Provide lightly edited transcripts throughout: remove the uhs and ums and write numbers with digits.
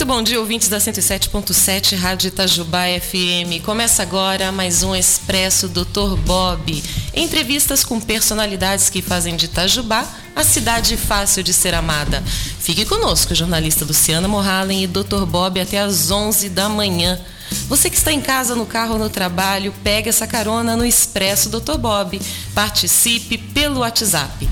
Muito bom dia, ouvintes da 107.7 Rádio Itajubá FM. Começa agora mais um Expresso Dr. Bob. Entrevistas com personalidades que fazem de Itajubá a cidade fácil de ser amada. Fique conosco, jornalista Luciana Morhalen e Dr. Bob até às 11 da manhã. Você que está em casa, no carro ou no trabalho, pegue essa carona no Expresso Dr. Bob. Participe pelo WhatsApp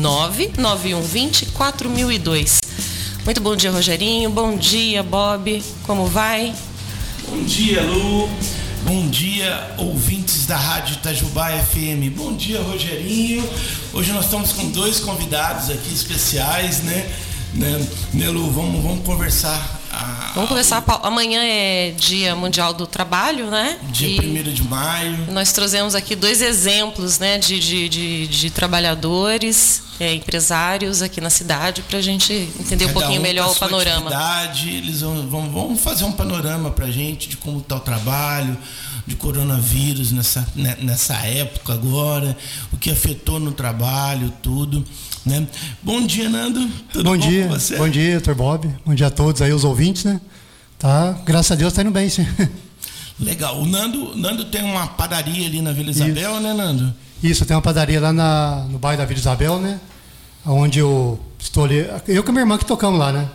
99120 4002. Muito bom dia, Rogerinho. Bom dia, Bob. Como vai? Bom dia, Lu. Bom dia, ouvintes da Rádio Itajubá FM. Bom dia, Rogerinho. Hoje nós estamos com dois convidados aqui especiais, né, Lu? Vamos conversar. Vamos conversar. Amanhã é Dia Mundial do Trabalho, né? Dia 1º de maio. Nós trouxemos aqui dois exemplos, né, de trabalhadores, empresários aqui na cidade, para a gente entender um pouquinho melhor o panorama. Eles vão fazer um panorama para a gente de como está o trabalho, de coronavírus nessa época agora, o que afetou no trabalho, tudo. Né? Bom dia, Nando. Tudo bom dia, com você? Bom dia, Dr. Bob. Bom dia a todos aí, os ouvintes, né? Tá, graças a Deus tá indo bem, sim. Legal. O Nando tem uma padaria ali na Vila Isabel, né, Nando? Isso, tem uma padaria lá no bairro da Vila Isabel, né? Onde eu estou ali. Eu com a minha irmã que tocamos lá, né?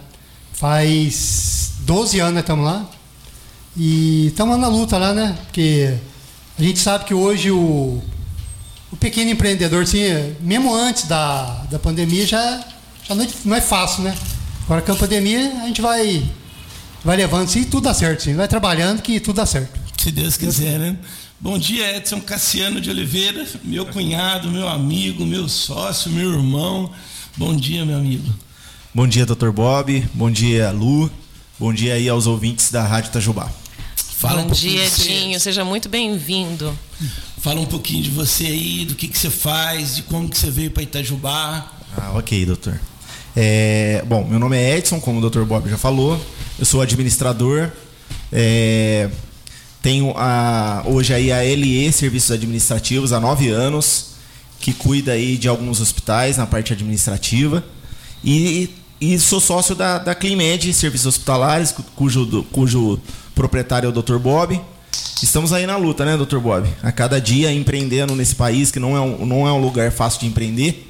Faz 12 anos nós estamos lá. E estamos na luta lá, né? Porque a gente sabe que hoje o pequeno empreendedor, assim, mesmo antes da pandemia, já não é fácil, né? Agora com a pandemia, a gente vai levando, assim, e tudo dá certo, sim. Vai trabalhando que tudo dá certo. Se Deus quiser, né? Bom dia, Edson Cassiano de Oliveira, meu cunhado, meu amigo, meu sócio, meu irmão. Bom dia, meu amigo. Bom dia, Dr. Bob. Bom dia, Lu. Bom dia aí aos ouvintes da Rádio Itajubá. Bom dia, Edinho. Seja muito bem-vindo. Fala um pouquinho de você aí, do que você faz, de como que você veio para Itajubá. Ok, doutor. Bom, meu nome é Edson, como o Dr. Bob já falou. Eu sou administrador. Tenho hoje aí a LE, Serviços Administrativos, há 9 anos, que cuida aí de alguns hospitais na parte administrativa. E sou sócio da Climed, Serviços Hospitalares, cujo proprietário é o Dr. Bob. Estamos aí na luta, né, Dr. Bob? A cada dia empreendendo nesse país, que não é um lugar fácil de empreender.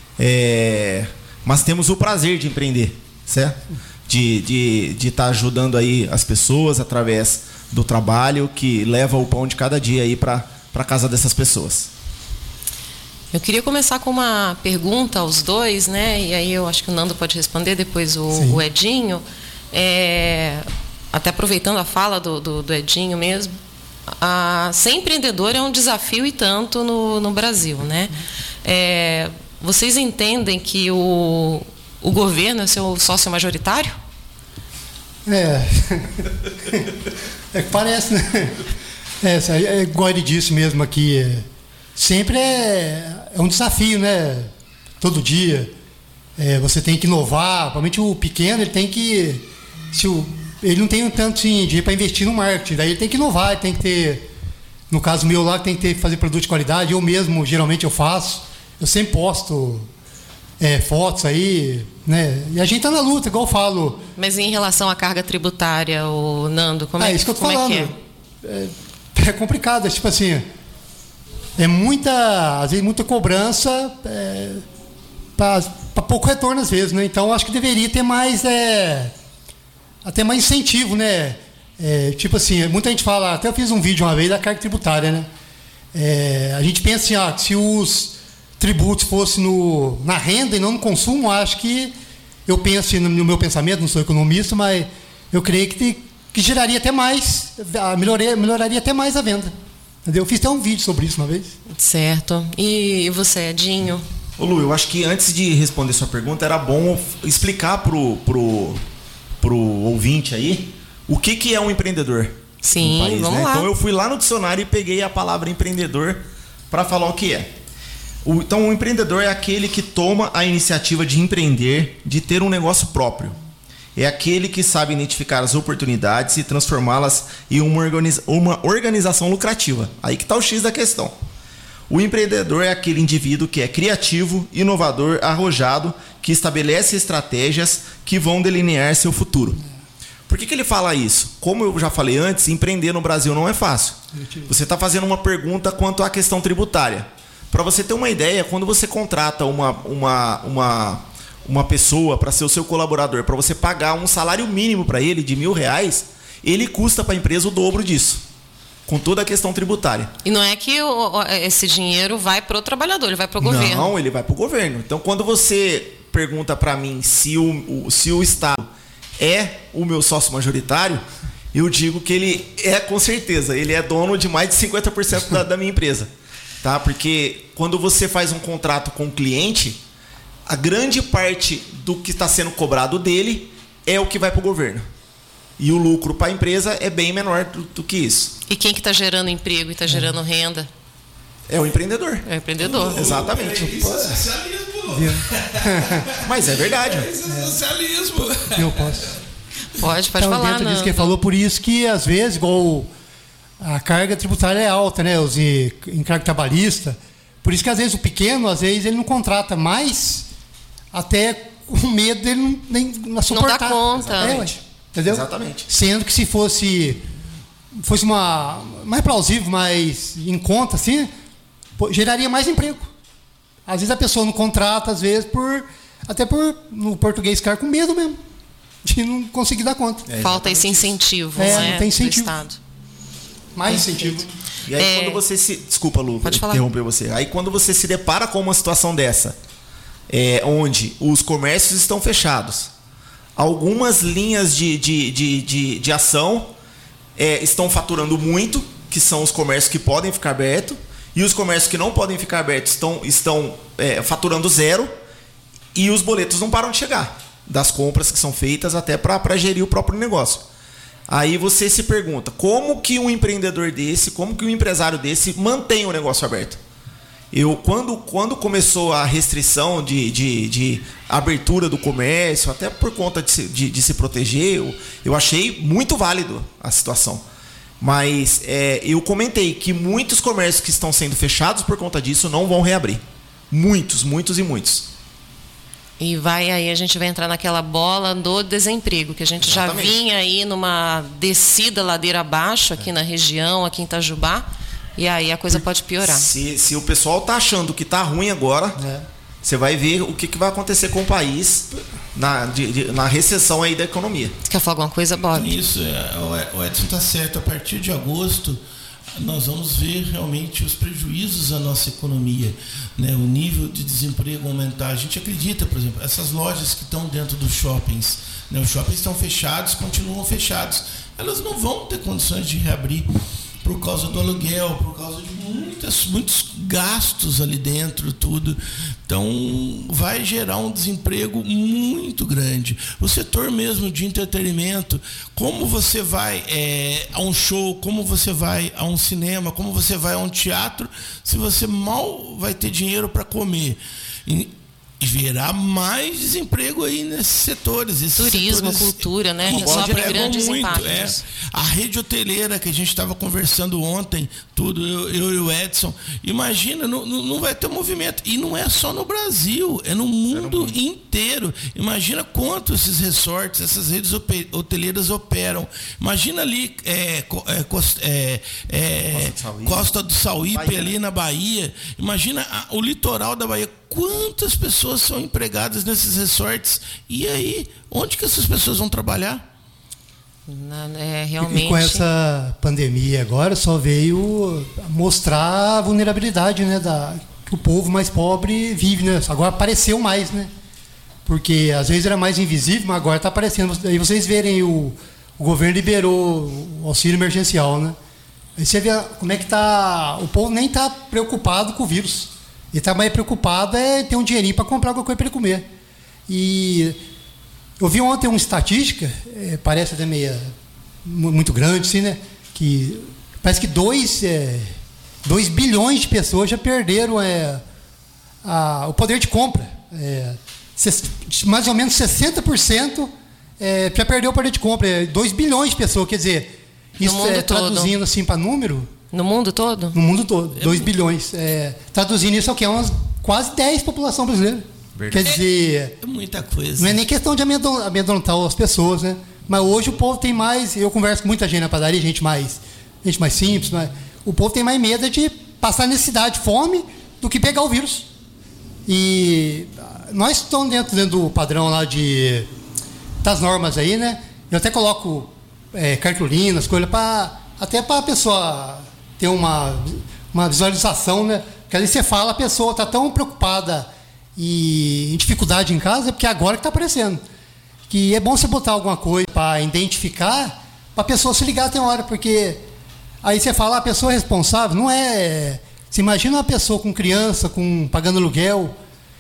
Mas temos o prazer de empreender, certo? De estar ajudando aí as pessoas através do trabalho que leva o pão de cada dia aí para casa dessas pessoas. Eu queria começar com uma pergunta aos dois, né? E aí eu acho que o Nando pode responder, depois o Edinho. Até aproveitando a fala do Edinho mesmo, ser empreendedor é um desafio e tanto no Brasil, né? Vocês entendem que o governo é seu sócio majoritário? Parece, né? Igual ele disse mesmo aqui, sempre é um desafio, né? Todo dia. Você tem que inovar, principalmente o pequeno, ele tem que... Ele não tem tanto dinheiro para investir no marketing, daí ele tem que inovar, ele tem que ter, no caso meu lá, tem que fazer produto de qualidade. Eu mesmo, geralmente eu faço, eu sempre posto fotos aí, né? E a gente tá na luta, igual eu falo. Mas em relação à carga tributária, o Nando, como é isso que eu tô falando. Que é? É complicado, tipo assim, às vezes muita cobrança para pouco retorno às vezes, né? Então acho que deveria ter mais até mais incentivo, né? Tipo assim, muita gente fala, até eu fiz um vídeo uma vez da carga tributária, né? A gente pensa assim, se os tributos fossem na renda e não no consumo, acho que, eu penso no meu pensamento, não sou economista, mas eu creio que geraria até mais, melhoraria até mais a venda. Entendeu? Eu fiz até um vídeo sobre isso uma vez. Certo. E você, Edinho? Ô Lu, eu acho que antes de responder sua pergunta, era bom explicar pro ouvinte aí o que é um empreendedor. Sim, no país, vamos né? lá. Então eu fui lá no dicionário e peguei a palavra empreendedor para falar o que é. Então o empreendedor é aquele que toma a iniciativa de empreender, de ter um negócio próprio. É aquele que sabe identificar as oportunidades e transformá-las em uma organização lucrativa. Aí que está o X da questão. O empreendedor é aquele indivíduo que é criativo, inovador, arrojado, que estabelece estratégias que vão delinear seu futuro. Por que ele fala isso? Como eu já falei antes, empreender no Brasil não é fácil. Você está fazendo uma pergunta quanto à questão tributária. Para você ter uma ideia, quando você contrata uma pessoa para ser o seu colaborador, para você pagar um salário mínimo para ele de R$1.000, ele custa para a empresa o dobro disso, com toda a questão tributária. E não é que esse dinheiro vai para o trabalhador, ele vai para o governo. Não, ele vai para o governo. Então, quando você pergunta para mim se o Estado é o meu sócio majoritário, eu digo que ele é, com certeza, ele é dono de mais de 50% da minha empresa. Tá? Porque quando você faz um contrato com o cliente, a grande parte do que está sendo cobrado dele é o que vai para o governo. E o lucro para a empresa é bem menor do que isso. E quem que está gerando emprego e está gerando renda? É o empreendedor. É o empreendedor. Exatamente. Isso é socialismo. Mas é verdade. Isso é socialismo. Eu posso. Pode Então, falar. dentro disso que ele falou, por isso que, às vezes, igual a carga tributária é alta, né? Os encargos trabalhistas. Por isso que, às vezes, o pequeno, às vezes, ele não contrata mais, até com medo dele não suportar. Não dá conta. Entendeu? Exatamente. Sendo que se fosse uma mais plausível, mais em conta, assim, geraria mais emprego. Às vezes a pessoa não contrata, às vezes, até por no português ficar com medo mesmo, de não conseguir dar conta. Falta esse incentivo, não tem incentivo. do Estado. Mais incentivo. E aí quando você se... Desculpa, Lu, interromper você. Aí quando você se depara com uma situação dessa, onde os comércios estão fechados, algumas linhas de ação estão faturando muito, que são os comércios que podem ficar abertos, e os comércios que não podem ficar abertos estão faturando zero, e os boletos não param de chegar, das compras que são feitas até para gerir o próprio negócio. Aí você se pergunta, como que um empreendedor desse, como que um empresário desse mantém o negócio aberto? Quando começou a restrição de abertura do comércio, até por conta de se proteger, eu achei muito válido a situação. Mas eu comentei que muitos comércios que estão sendo fechados por conta disso não vão reabrir. Muitos, muitos e muitos. E aí a gente vai entrar naquela bola do desemprego, que a gente Exatamente. Já vinha aí numa descida ladeira abaixo aqui na região, aqui em Itajubá, e aí a coisa pode piorar. Se o pessoal está achando que está ruim agora, você vai ver o que vai acontecer com o país na recessão aí da economia. Você quer falar alguma coisa, Bob? Isso, o Edson está certo. A partir de agosto, nós vamos ver realmente os prejuízos à nossa economia, né? O nível de desemprego aumentar. A gente acredita, por exemplo, essas lojas que estão dentro dos shoppings, né? Os shoppings estão fechados, continuam fechados. Elas não vão ter condições de reabrir por causa do aluguel, por causa de muitos gastos ali dentro, tudo. Então, vai gerar um desemprego muito grande. O setor mesmo de entretenimento, como você vai a um show, como você vai a um cinema, como você vai a um teatro, se você mal vai ter dinheiro para comer. E verá mais desemprego aí nesses setores. Turismo, cultura, né? Que sofre grandes impactos. A rede hoteleira que a gente estava conversando ontem, tudo, eu e o Edson, imagina, não vai ter movimento. E não é só no Brasil, é no mundo inteiro. Imagina quanto esses resorts, essas redes hoteleiras operam. Imagina ali Costa do Sauípe, ali na Bahia. Imagina o litoral da Bahia. Quantas pessoas são empregadas nesses resorts? E aí, onde que essas pessoas vão trabalhar? Realmente... E com essa pandemia agora só veio mostrar a vulnerabilidade, né, que o povo mais pobre vive, né? Agora apareceu mais, né? Porque às vezes era mais invisível, mas agora está aparecendo. Aí vocês verem, o governo liberou o auxílio emergencial, né? Aí você vê como é que está. O povo nem está preocupado com o vírus. Ele está mais preocupado ter um dinheirinho para comprar alguma coisa para ele comer. E eu vi ontem uma estatística, parece até muito grande, assim, né? Que parece que 2 bilhões de pessoas já perderam o poder de compra. Mais ou menos 60% já perdeu o poder de compra. 2 bilhões de pessoas, quer dizer, isso traduzindo assim para número. No mundo todo? No mundo todo, 2 bilhões. Traduzindo isso aqui, é umas quase 10 população brasileira. Verdade. Quer dizer... É muita coisa. Não é nem questão de amedrontar as pessoas, né? Mas hoje o povo tem mais, eu converso com muita gente na padaria, gente mais simples, mas o povo tem mais medo de passar necessidade, fome, do que pegar o vírus. E nós estamos dentro do padrão lá das normas aí, né? Eu até coloco cartolinas, coisas até para a pessoa ter uma visualização, né? Porque ali você fala, a pessoa está tão preocupada e em dificuldade em casa, porque agora que está aparecendo. Que é bom você botar alguma coisa para identificar, para a pessoa se ligar até uma hora, porque aí você fala, a pessoa é responsável, não é... Você imagina uma pessoa com criança, pagando aluguel,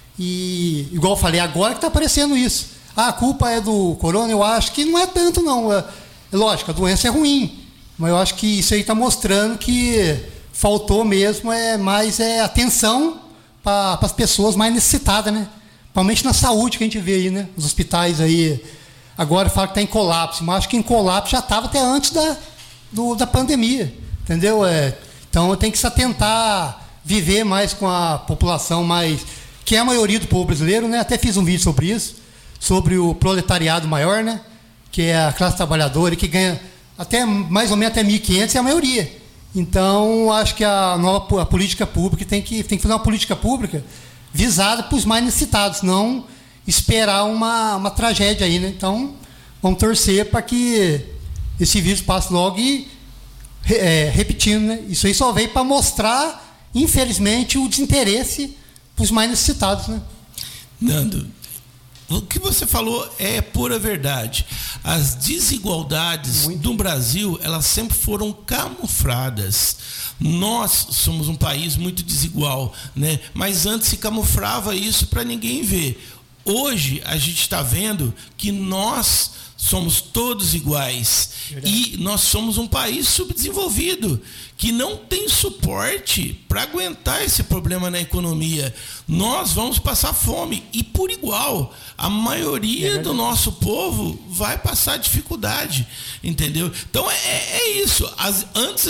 e, igual eu falei, agora que está aparecendo isso. A culpa é do corona, eu acho que não é tanto, não. Lógico, a doença é ruim, mas eu acho que isso aí está mostrando que faltou mesmo mais atenção para as pessoas mais necessitadas, né? Principalmente na saúde que a gente vê aí, né? Os hospitais aí, agora fala que está em colapso, mas acho que em colapso já estava até antes da pandemia, entendeu? Então tem que se atentar, viver mais com a população mais, que é a maioria do povo brasileiro, né? Até fiz um vídeo sobre isso, sobre o proletariado maior, né? Que é a classe trabalhadora que ganha até mais ou menos até 1.500, é a maioria. Então acho que a política pública tem que fazer uma política pública visada para os mais necessitados, não esperar uma tragédia aí, né? Então, vamos torcer para que esse vírus passe logo e, repetindo, né? Isso aí só veio para mostrar, infelizmente, o desinteresse para os mais necessitados, né? Nando, o que você falou é pura verdade. As desigualdades do Brasil, elas sempre foram camufladas. Nós somos um país muito desigual, né? Mas antes se camuflava isso para ninguém ver. Hoje a gente está vendo que nós somos todos iguais. Verdade. E nós somos um país subdesenvolvido, que não tem suporte para aguentar esse problema na economia. Nós vamos passar fome e por igual. A maioria do nosso povo vai passar dificuldade, entendeu? Então é isso. Antes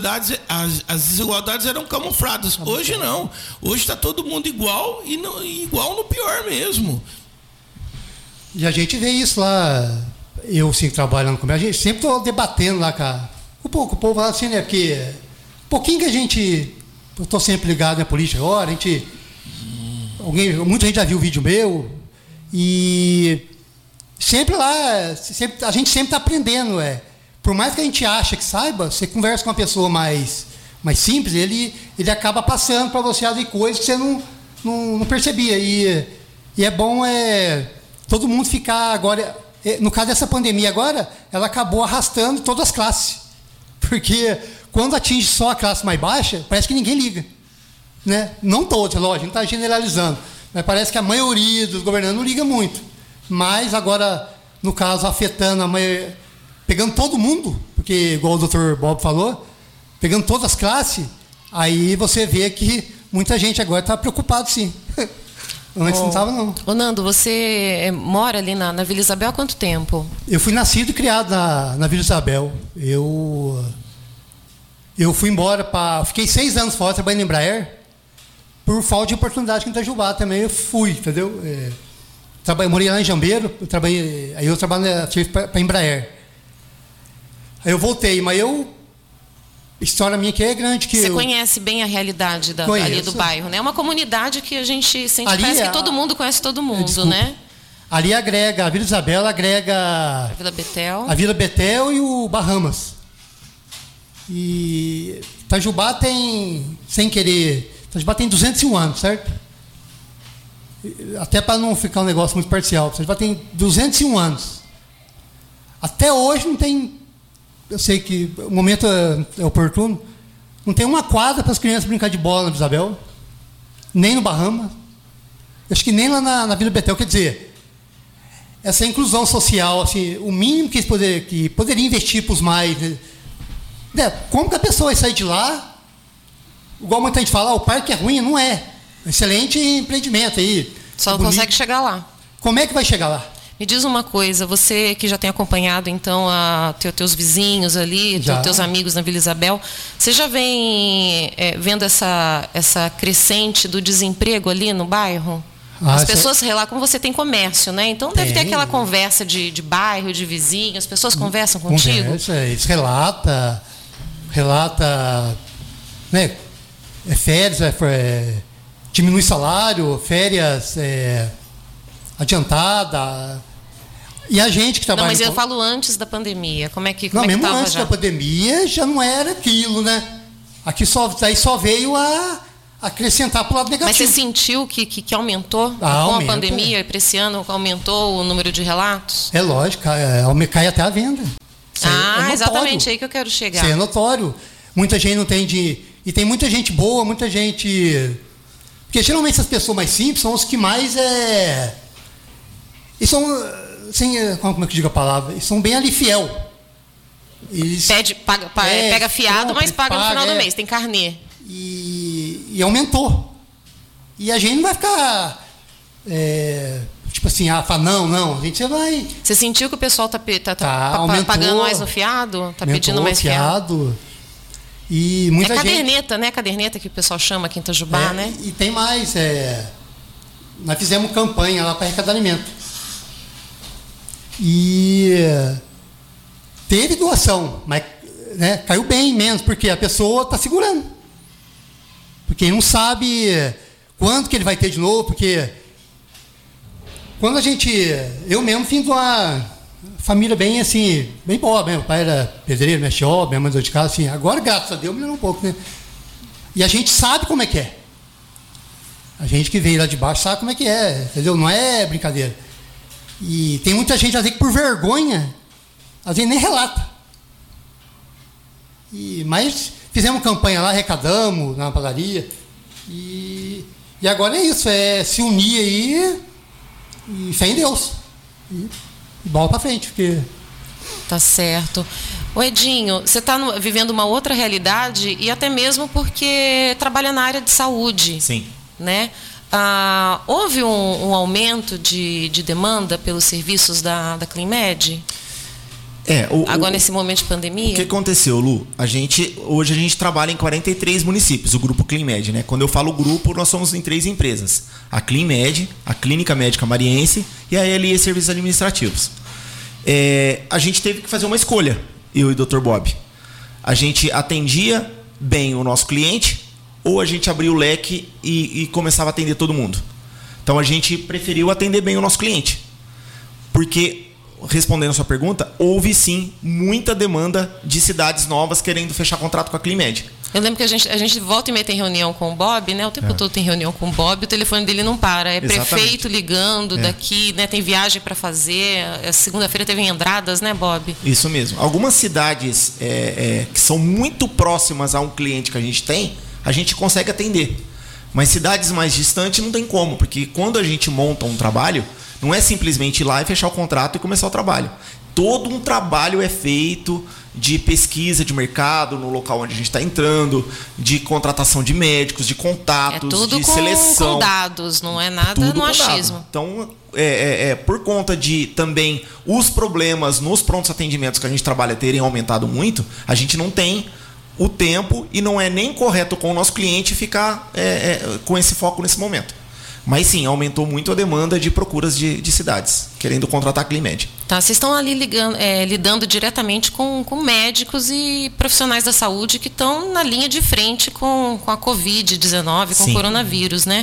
as desigualdades eram camufladas. Hoje não. Hoje está todo mundo igual e igual no pior mesmo. E a gente vê isso lá. Eu sim trabalhando com a gente sempre estou debatendo lá com o povo lá assim, né? Porque um pouquinho que eu estou sempre ligado na política agora, muita gente já viu o vídeo meu. E sempre lá, a gente sempre está aprendendo. Por mais que a gente ache que saiba, você conversa com uma pessoa mais simples, ele acaba passando para você as coisas que você não percebia. E é bom todo mundo ficar agora... No caso dessa pandemia agora, ela acabou arrastando todas as classes. Porque quando atinge só a classe mais baixa, parece que ninguém liga. Né? Não todos, lógico, não está generalizando. Mas parece que a maioria dos governantes não liga muito. Mas agora, no caso, afetando pegando todo mundo, porque igual o Dr. Bob falou, pegando todas as classes, aí você vê que muita gente agora está preocupada, sim. Antes não estava, não. Ô Nando, você mora ali na Vila Isabel há quanto tempo? Eu fui nascido e criado na Vila Isabel. Eu fui embora Fiquei 6 anos fora trabalhando em Embraer. Por falta de oportunidade aqui em Itajubá também, eu fui, entendeu? Morei lá em Jambeiro, aí eu trabalhei para Embraer. Aí eu voltei, mas a história minha aqui é grande. Você conhece bem a realidade ali do bairro, né? É uma comunidade que a gente sente, parece que todo mundo conhece todo mundo, né? Ali agrega, a Vila Isabel agrega... A Vila Betel. A Vila Betel e o Bahamas. E Itajubá tem, sem querer... Itajubá tem 201 anos, certo? Até para não ficar um negócio muito parcial. Itajubá tem 201 anos. Até hoje não tem... Eu sei que o momento é oportuno. Não tem uma quadra para as crianças brincar de bola na Isabel. Nem no Bahamas. Acho que nem lá na Vila Betel. Quer dizer, essa inclusão social, assim, o mínimo que poderia investir para os mais... Né? Como que a pessoa vai sair de lá? Igual muita gente fala, o parque é ruim. Não é. Excelente empreendimento aí. Só não consegue chegar lá. Como é que vai chegar lá? Me diz uma coisa, você que já tem acompanhado, então, teus vizinhos ali, teus amigos na Vila Isabel, você já vem vendo essa crescente do desemprego ali no bairro? As pessoas relatam, como você tem comércio, né? Então deve ter aquela conversa de bairro, de vizinho, as pessoas conversam contigo? Conversa, eles relata, né? Férias, diminui salário, férias adiantada. E a gente que trabalha... Não, mas eu falo antes da pandemia. Como é que Não, mesmo antes já? da pandemia já não era aquilo, né? Aqui só veio a acrescentar para o lado negativo. Mas você sentiu que aumentou com aumenta, a pandemia? E para esse ano aumentou o número de relatos? É lógico, cai até a venda. Exatamente, aí que eu quero chegar. Isso é notório. Muita gente não tem e tem muita gente boa, muita gente... Porque geralmente essas pessoas mais simples são os que mais eles são... como é que eu digo a palavra? Eles são bem ali fiel. Eles, pega fiado, mas paga no final do mês, tem carnê. E aumentou. E a gente não vai ficar tipo assim, fala, não, a gente vai... Você sentiu que o pessoal tá pagando mais no fiado? Tá pedindo mais fiado? E muita caderneta, né? Caderneta que o pessoal chama aqui em Itajubá, né? E tem mais, nós fizemos campanha lá para arrecadar alimento. E teve doação, mas caiu bem menos, porque a pessoa está segurando. Porque não sabe quando que ele vai ter de novo, porque quando eu mesmo vim de uma família bem assim, bem boa, meu pai era pedreiro, mexe obra, minha mãe deu de casa, assim, agora graças a Deus melhorou um pouco, né? E a gente sabe como é que é. A gente que veio lá de baixo sabe como é que é, entendeu? Não é brincadeira. E tem muita gente, às vezes, que por vergonha, às vezes nem relata. Mas fizemos campanha lá, arrecadamos na padaria. E agora é isso, se unir aí e fé em Deus. E bola para frente, porque... Tá certo. Ô Edinho, você está vivendo uma outra realidade e até mesmo porque trabalha na área de saúde. Sim. Né? Houve um aumento de demanda pelos serviços da CleanMed? Agora nesse momento de pandemia? O que aconteceu, Lu? Hoje a gente trabalha em 43 municípios, o grupo CleanMed, né? Quando eu falo grupo, nós somos em 3 empresas. A CleanMed, a Clínica Médica Mariense e a LE Serviços Administrativos. A gente teve que fazer uma escolha, eu e o Dr. Bob. A gente atendia bem o nosso cliente ou a gente abria o leque e começava a atender todo mundo. Então a gente preferiu atender bem o nosso cliente. Porque, respondendo a sua pergunta, houve sim muita demanda de cidades novas querendo fechar contrato com a CleanMed. Eu lembro que a gente volta e meia tem reunião com o Bob, né? O tempo todo tem reunião com o Bob, o telefone dele não para. Exatamente. Prefeito ligando daqui, né? Tem viagem para fazer. Segunda-feira teve Andradas, né, Bob? Isso mesmo. Algumas cidades que são muito próximas a um cliente que a gente tem, a gente consegue atender. Mas cidades mais distantes não tem como, porque quando a gente monta um trabalho, não é simplesmente ir lá e fechar o contrato e começar o trabalho. Todo um trabalho é feito de pesquisa de mercado no local onde a gente está entrando, de contratação de médicos, de contatos, de seleção. Com dados, não é nada no achismo. Então, por conta de também os problemas nos prontos atendimentos que a gente trabalha terem aumentado muito, a gente não tem o tempo e não é nem correto com o nosso cliente ficar com esse foco nesse momento. Mas sim, aumentou muito a demanda de procuras de cidades, querendo contratar a CleanMed. Tá, vocês estão ali lidando diretamente com médicos e profissionais da saúde que estão na linha de frente com a Covid-19, com o coronavírus, né?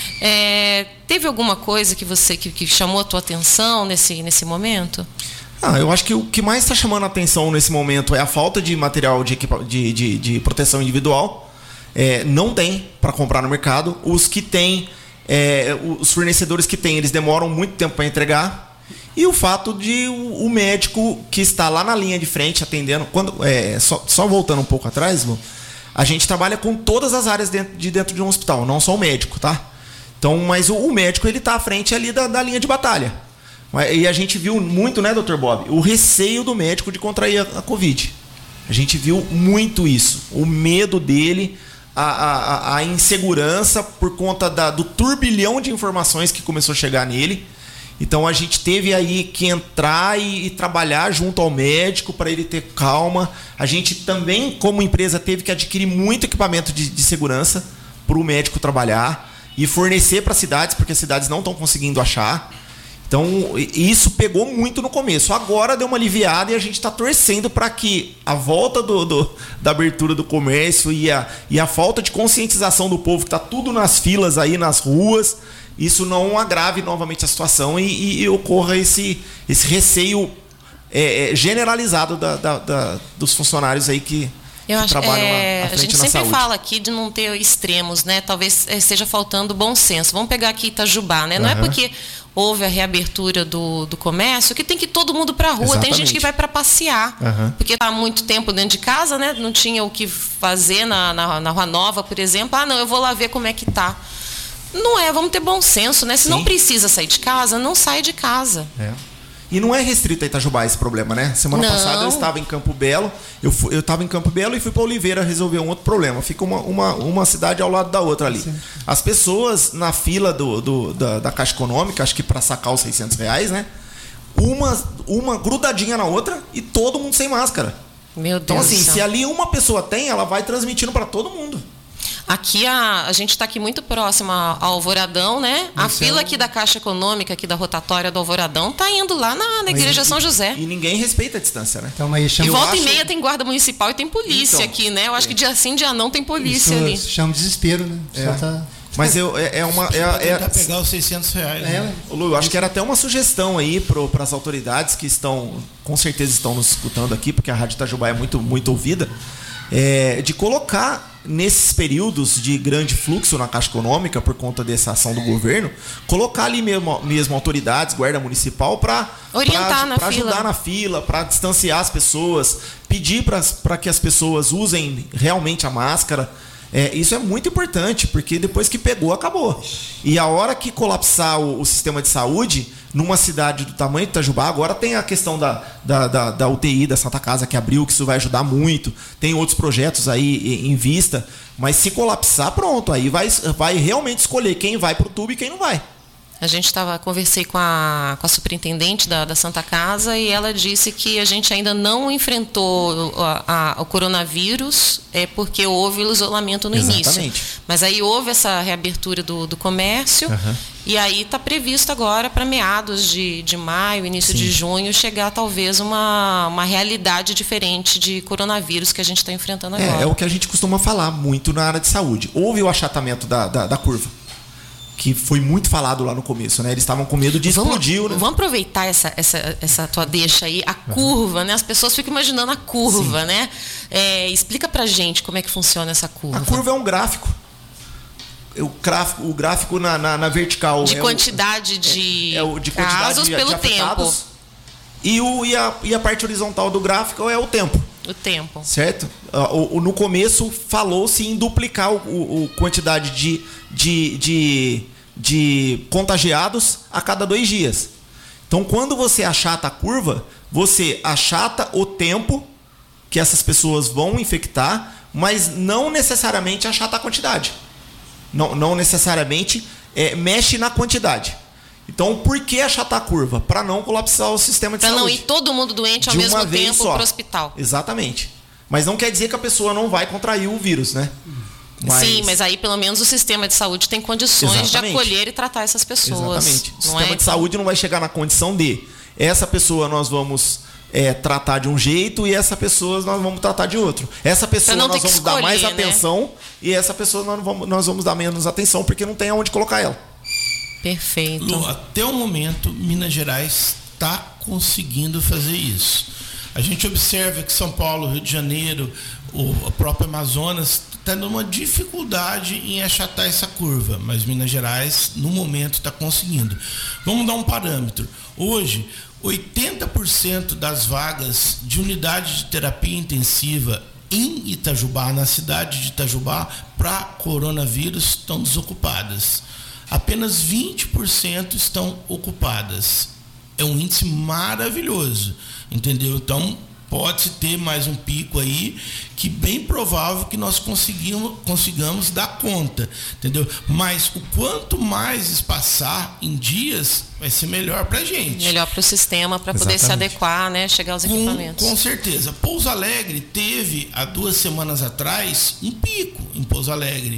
Teve alguma coisa que chamou a tua atenção nesse momento? Eu acho que o que mais está chamando a atenção nesse momento é a falta de material de proteção individual. Não tem para comprar no mercado. Os que tem, os fornecedores que tem, eles demoram muito tempo para entregar. E o fato de o médico que está lá na linha de frente atendendo... Só voltando um pouco atrás, Lu, a gente trabalha com todas as áreas dentro de um hospital, não só o médico, tá? Então, mas o médico ele está à frente ali da linha de batalha. E a gente viu muito, né, Dr. Bob, o receio do médico de contrair a Covid. A gente viu muito isso. O medo dele, a insegurança por conta do turbilhão de informações que começou a chegar nele. Então a gente teve aí que entrar e trabalhar junto ao médico para ele ter calma. A gente também, como empresa, teve que adquirir muito equipamento de segurança para o médico trabalhar. e fornecer para cidades, porque as cidades não estão conseguindo achar. Então, isso pegou muito no começo. Agora deu uma aliviada e a gente está torcendo para que a volta da abertura do comércio e a falta de conscientização do povo, que está tudo nas filas aí, nas ruas, isso não agrave novamente a situação e ocorra esse receio generalizado dos funcionários aí que trabalham à frente na saúde. A gente sempre fala aqui de não ter extremos, né? Talvez esteja faltando bom senso. Vamos pegar aqui Itajubá, né? Não é porque houve a reabertura do comércio que tem que ir todo mundo para a rua. Exatamente. Tem gente que vai para passear, porque está há muito tempo dentro de casa, né? Não tinha o que fazer na Rua Nova, por exemplo. Ah, não, eu vou lá ver como é que tá. Não é, vamos ter bom senso, né? Se não precisa sair de casa, não sai de casa. E não é restrito a Itajubá esse problema, né? Semana passada eu estava em Campo Belo. Eu estava em Campo Belo e fui para Oliveira resolver um outro problema. Fica uma cidade ao lado da outra ali. Sim. As pessoas na fila da Caixa Econômica, acho que para sacar os R$600, né? Uma grudadinha na outra e todo mundo sem máscara. Meu Deus. Então, assim, se ali uma pessoa tem, ela vai transmitindo para todo mundo. Aqui a gente está aqui muito próximo ao Alvoradão, né? A fila aqui da Caixa Econômica, aqui da rotatória do Alvoradão, está indo lá na Igreja São José. E ninguém respeita a distância, né? Então, aí e volta e meia tem guarda municipal e tem polícia aqui, né? Eu acho que dia sim, dia não tem polícia ali. Isso chama desespero, né? Mas tentar pegar os R$600. Né? Lu, eu acho que era até uma sugestão aí para as autoridades que com certeza estão nos escutando aqui, porque a Rádio Itajubá é muito, muito ouvida, de colocar nesses períodos de grande fluxo na Caixa Econômica por conta dessa ação do governo, colocar ali mesmo autoridades, guarda municipal para ajudar na fila, para distanciar as pessoas, pedir para que as pessoas usem realmente a máscara. Isso é muito importante, porque depois que pegou, acabou. E a hora que colapsar o sistema de saúde, numa cidade do tamanho de Itajubá, agora tem a questão da UTI, da Santa Casa, que abriu, que isso vai ajudar muito. Tem outros projetos aí em vista. Mas se colapsar, pronto. Aí vai realmente escolher quem vai pro tubo e quem não vai. A gente conversei com a superintendente da Santa Casa e ela disse que a gente ainda não enfrentou o coronavírus porque houve o isolamento no início. Mas aí houve essa reabertura do comércio e aí está previsto agora para meados de maio, início de junho, chegar talvez uma realidade diferente de coronavírus que a gente está enfrentando agora. É o que a gente costuma falar muito na área de saúde. Houve o achatamento da curva, que foi muito falado lá no começo, né? Eles estavam com medo de explodir, né? Vamos aproveitar essa tua deixa aí, a curva, né? As pessoas ficam imaginando a curva, né? Explica pra gente como é que funciona essa curva. A curva é um gráfico. O gráfico na vertical de quantidade de casos pelo tempo. E a parte horizontal do gráfico é o tempo. O tempo. Certo? No começo falou-se em duplicar a quantidade de contagiados a cada 2 dias. Então, quando você achata a curva, você achata o tempo que essas pessoas vão infectar, mas não necessariamente achata a quantidade. Não necessariamente mexe na quantidade. Então, por que achatar a curva? Para não colapsar o sistema de saúde. Para não ir todo mundo doente ao mesmo tempo para o hospital. Exatamente. Mas não quer dizer que a pessoa não vai contrair o vírus, né? Sim, mas aí pelo menos o sistema de saúde tem condições de acolher e tratar essas pessoas. Exatamente. O sistema de saúde não vai chegar na condição de essa pessoa nós vamos tratar de um jeito e essa pessoa nós vamos tratar de outro. Essa pessoa nós vamos dar mais atenção e essa pessoa nós vamos dar menos atenção porque não tem aonde colocar ela. Perfeito. Lu, até o momento, Minas Gerais está conseguindo fazer isso. A gente observa que São Paulo, Rio de Janeiro, o próprio Amazonas está numa dificuldade em achatar essa curva, mas Minas Gerais, no momento, está conseguindo. Vamos dar um parâmetro. Hoje, 80% das vagas de unidade de terapia intensiva em Itajubá, na cidade de Itajubá, para coronavírus, estão desocupadas. Apenas 20% estão ocupadas. É um índice maravilhoso, entendeu? Então, pode-se ter mais um pico aí, que bem provável que nós consigamos dar conta, entendeu? Mas o quanto mais espaçar em dias, vai ser melhor para a gente. Melhor para o sistema, para poder se adequar, né? Chegar aos equipamentos. Com certeza. Pouso Alegre teve, há 2 semanas atrás, um pico em Pouso Alegre,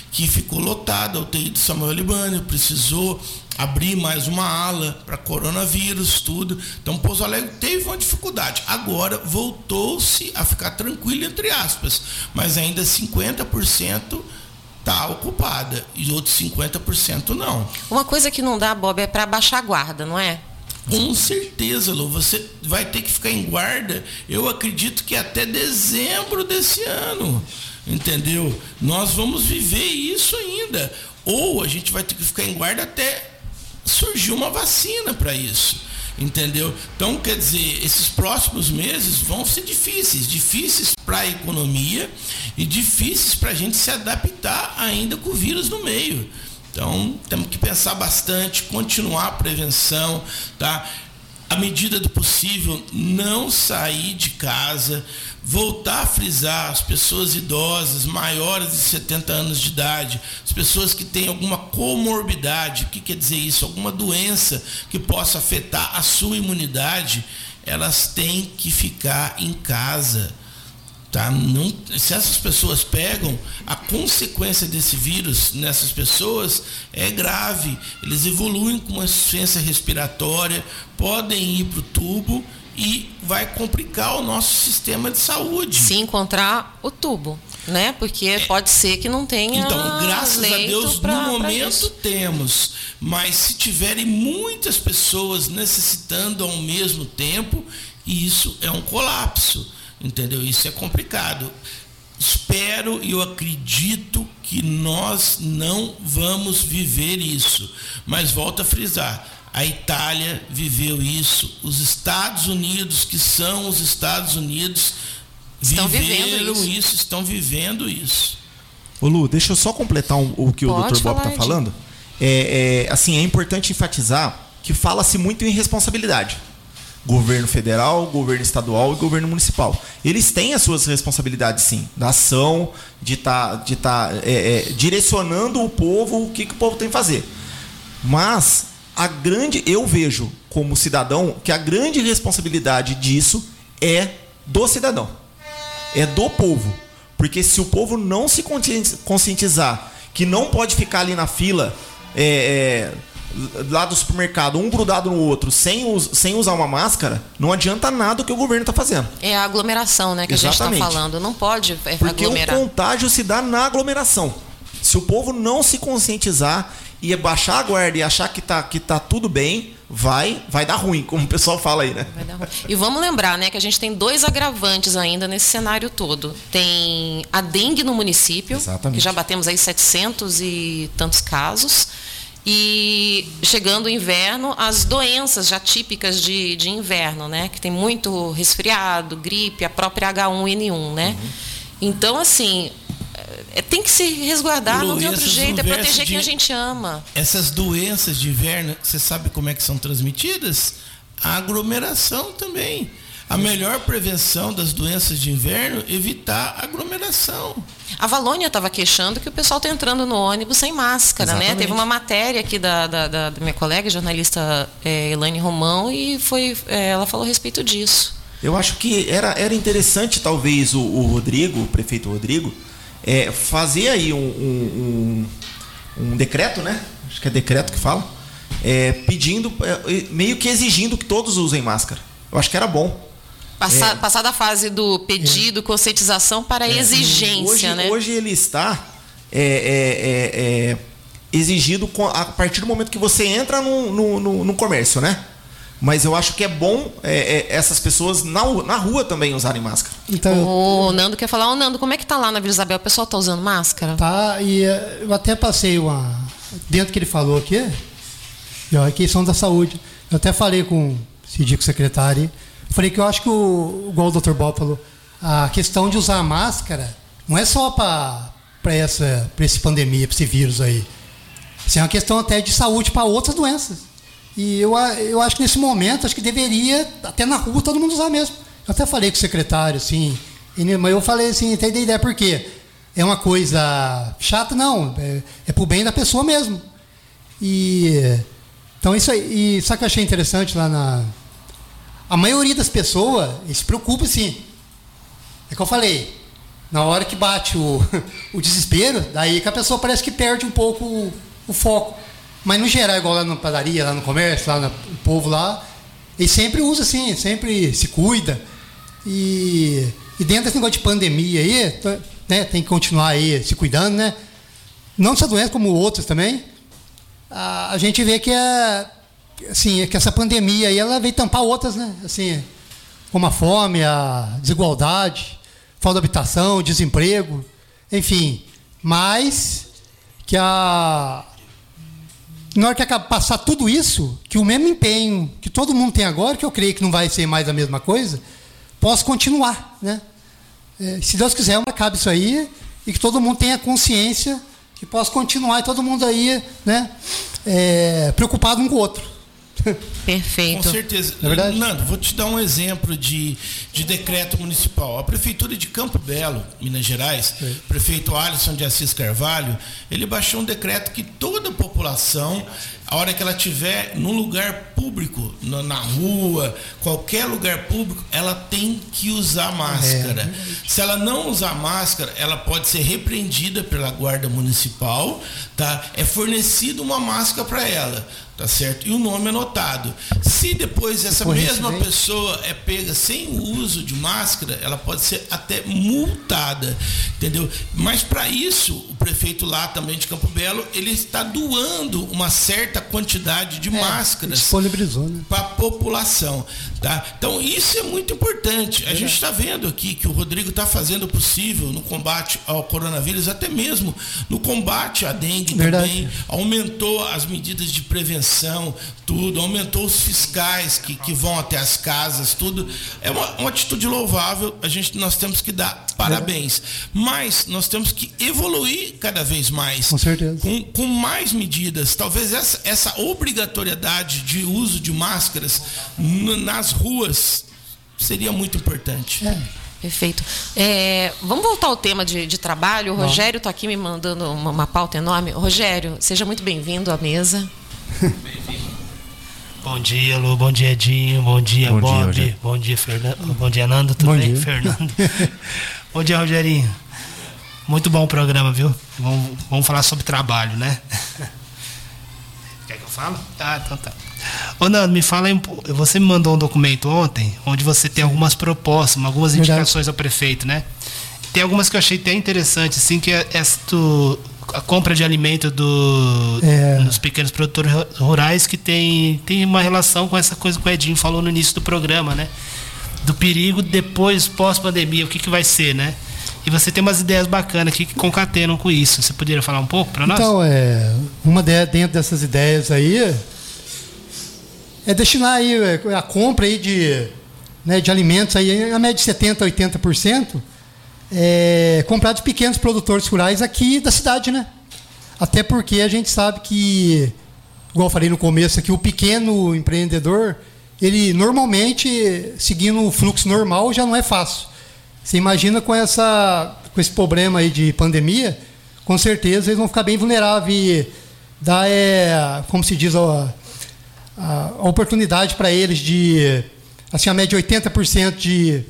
que ficou lotada, a UTI do Samuel Libânio precisou abrir mais uma ala para coronavírus, tudo. Então, Pouso Alegre teve uma dificuldade. Agora, voltou-se a ficar tranquilo, entre aspas, mas ainda 50% está ocupada e outros 50% não. Uma coisa que não dá, Bob, é para baixar a guarda, não é? Com certeza, Lu, você vai ter que ficar em guarda, eu acredito que até dezembro desse ano, entendeu? Nós vamos viver isso ainda, ou a gente vai ter que ficar em guarda até surgir uma vacina para isso, entendeu? Então, quer dizer, esses próximos meses vão ser difíceis para a economia e difíceis para a gente se adaptar ainda com o vírus no meio. Então, temos que pensar bastante, continuar a prevenção, tá? À medida do possível, não sair de casa, voltar a frisar as pessoas idosas, maiores de 70 anos de idade, as pessoas que têm alguma comorbidade, o que quer dizer isso? Alguma doença que possa afetar a sua imunidade, elas têm que ficar em casa. Tá? Não, se essas pessoas pegam, a consequência desse vírus nessas pessoas é grave. Eles evoluem com uma insuficiência respiratória, podem ir para o tubo e vai complicar o nosso sistema de saúde. Se encontrar o tubo, né? Porque pode ser que não tenha. Então, graças a Deus, no momento temos. Mas se tiverem muitas pessoas necessitando ao mesmo tempo, isso é um colapso. Entendeu? Isso é complicado. Espero e eu acredito que nós não vamos viver isso. Mas volto a frisar, a Itália viveu isso, os Estados Unidos, que são os Estados Unidos, estão vivendo isso. Ô Lu, deixa eu só completar o que o Dr. Bob está falando. Assim, é importante enfatizar que fala-se muito em responsabilidade. Governo federal, governo estadual e governo municipal. Eles têm as suas responsabilidades, sim, da ação, de estar direcionando o povo, o que o povo tem que fazer. Mas eu vejo como cidadão que a grande responsabilidade disso é do cidadão, é do povo. Porque se o povo não se conscientizar que não pode ficar ali na fila, lá do supermercado, um grudado no outro, sem usar uma máscara, não adianta nada o que o governo está fazendo. É a aglomeração, né, que Exatamente. A gente está falando. Não pode porque aglomerar. O contágio se dá na aglomeração. Se o povo não se conscientizar e baixar a guarda e achar que tá tudo bem, vai dar ruim, como o pessoal fala aí, né? Vai dar ruim. E vamos lembrar, né, que a gente tem 2 agravantes ainda nesse cenário todo. Tem a dengue no município, Exatamente. Que já batemos aí 700 e tantos casos. E chegando o inverno, as doenças já típicas de inverno, né? Que tem muito resfriado, gripe, a própria H1N1, né? Uhum. Então, assim, tem que se resguardar, não tem outro jeito, é proteger quem a gente ama. Essas doenças de inverno, você sabe como é que são transmitidas? A aglomeração também. A melhor prevenção das doenças de inverno é evitar a aglomeração. A Valônia estava queixando que o pessoal está entrando no ônibus sem máscara, né? Teve uma matéria aqui da minha colega, jornalista Elaine Romão, e ela falou a respeito disso. Eu acho que era interessante, talvez, o prefeito Rodrigo, fazer aí um decreto, né? Acho que é decreto que fala, pedindo, meio que exigindo que todos usem máscara. Eu acho que era bom. Passar da fase do pedido, conscientização para a exigência, né? Hoje ele está exigido a partir do momento que você entra no comércio, né? Mas eu acho que é bom essas pessoas na rua também usarem máscara. Então, o Nando quer falar. Nando, como é que tá lá na Vila Isabel? O pessoal tá usando máscara? Tá, e eu até passei dentro que ele falou aqui, a questão da saúde. Eu até falei com o Cidico secretário, falei que eu acho que igual o Dr. Bob falou, a questão de usar a máscara não é só para essa pandemia, para esse vírus aí. Isso é uma questão até de saúde para outras doenças. E eu acho que nesse momento, acho que deveria, até na rua, todo mundo usar mesmo. Eu até falei com o secretário, assim, mas eu falei assim, tem ideia por quê? É uma coisa chata? Não, é pro bem da pessoa mesmo. Então isso aí, e sabe o que eu achei interessante lá a maioria das pessoas se preocupa, sim. É que eu falei, Na hora que bate o desespero, daí que a pessoa parece que perde um pouco o foco. Mas no geral, igual lá na padaria, lá no comércio, lá no povo lá, ele sempre usa assim, sempre se cuida. E dentro desse negócio de pandemia aí, né, tem que continuar aí se cuidando, né? Não só doença, como outras também. A gente vê que que essa pandemia aí, ela veio tampar outras, né? Assim, como a fome, a desigualdade, falta de habitação, desemprego, enfim. Mas que na hora que passar tudo isso, que o mesmo empenho que todo mundo tem agora, que eu creio que não vai ser mais a mesma coisa, possa continuar, né? Se Deus quiser, acabe isso aí e que todo mundo tenha consciência que possa continuar e todo mundo aí, né, preocupado um com o outro. Perfeito. Com certeza. É verdade? Nando, vou te dar um exemplo de decreto municipal. A Prefeitura de Campo Belo, Minas Gerais, o prefeito Alisson de Assis Carvalho, ele baixou um decreto que toda a população, a hora que ela estiver num lugar público, na rua, qualquer lugar público, ela tem que usar máscara. Se ela não usar máscara, ela pode ser repreendida pela Guarda Municipal, tá? É fornecida uma máscara para ela. Tá certo? E o nome anotado. Se depois essa mesma pessoa é pega sem o uso de máscara, ela pode ser até multada, entendeu? Mas para isso, o prefeito lá também de Campo Belo, ele está doando uma certa quantidade de máscaras disponibilizou, né, para a população, tá? Então isso é muito importante. A gente está vendo aqui que o Rodrigo está fazendo o possível no combate ao coronavírus, até mesmo no combate à dengue também. Aumentou as medidas de prevenção, tudo, aumentou os fiscais que vão até as casas, tudo. É uma atitude louvável, nós temos que dar parabéns. Mas nós temos que evoluir cada vez mais. Com certeza. Com mais medidas. Talvez essa obrigatoriedade de uso de máscaras nas ruas seria muito importante. Perfeito. Vamos voltar ao tema de trabalho. O Rogério está aqui me mandando uma pauta enorme. Rogério, seja muito bem-vindo à mesa. Bom dia, Lu. Bom dia, Edinho. Bom dia, Bob. Bom dia, Fernando. Bom dia, Nando. Tudo bem, Fernando? Bom dia, Rogerinho. Muito bom o programa, viu? Vamos falar sobre trabalho, né? Quer que eu fale? Então tá. Ô, Nando, me fala aí um pouco. Você me mandou um documento ontem, onde você tem algumas propostas, algumas indicações ao prefeito, né? Tem algumas que eu achei até interessantes, assim, que a compra de alimento dos pequenos produtores rurais, que tem uma relação com essa coisa que o Edinho falou no início do programa, né? Do perigo depois, pós-pandemia, o que vai ser, né? E você tem umas ideias bacanas aqui que concatenam com isso. Você poderia falar um pouco para nós? Então, uma ideia dentro dessas ideias aí é destinar aí a compra aí de alimentos aí, a média de 70% a 80%, comprar de pequenos produtores rurais aqui da cidade, né? Até porque a gente sabe que, igual eu falei no começo aqui, o pequeno empreendedor, ele normalmente, seguindo o fluxo normal, já não é fácil. Você imagina com esse problema aí de pandemia, com certeza eles vão ficar bem vulneráveis e dar, como se diz, a oportunidade para eles de, assim, a média de 80% de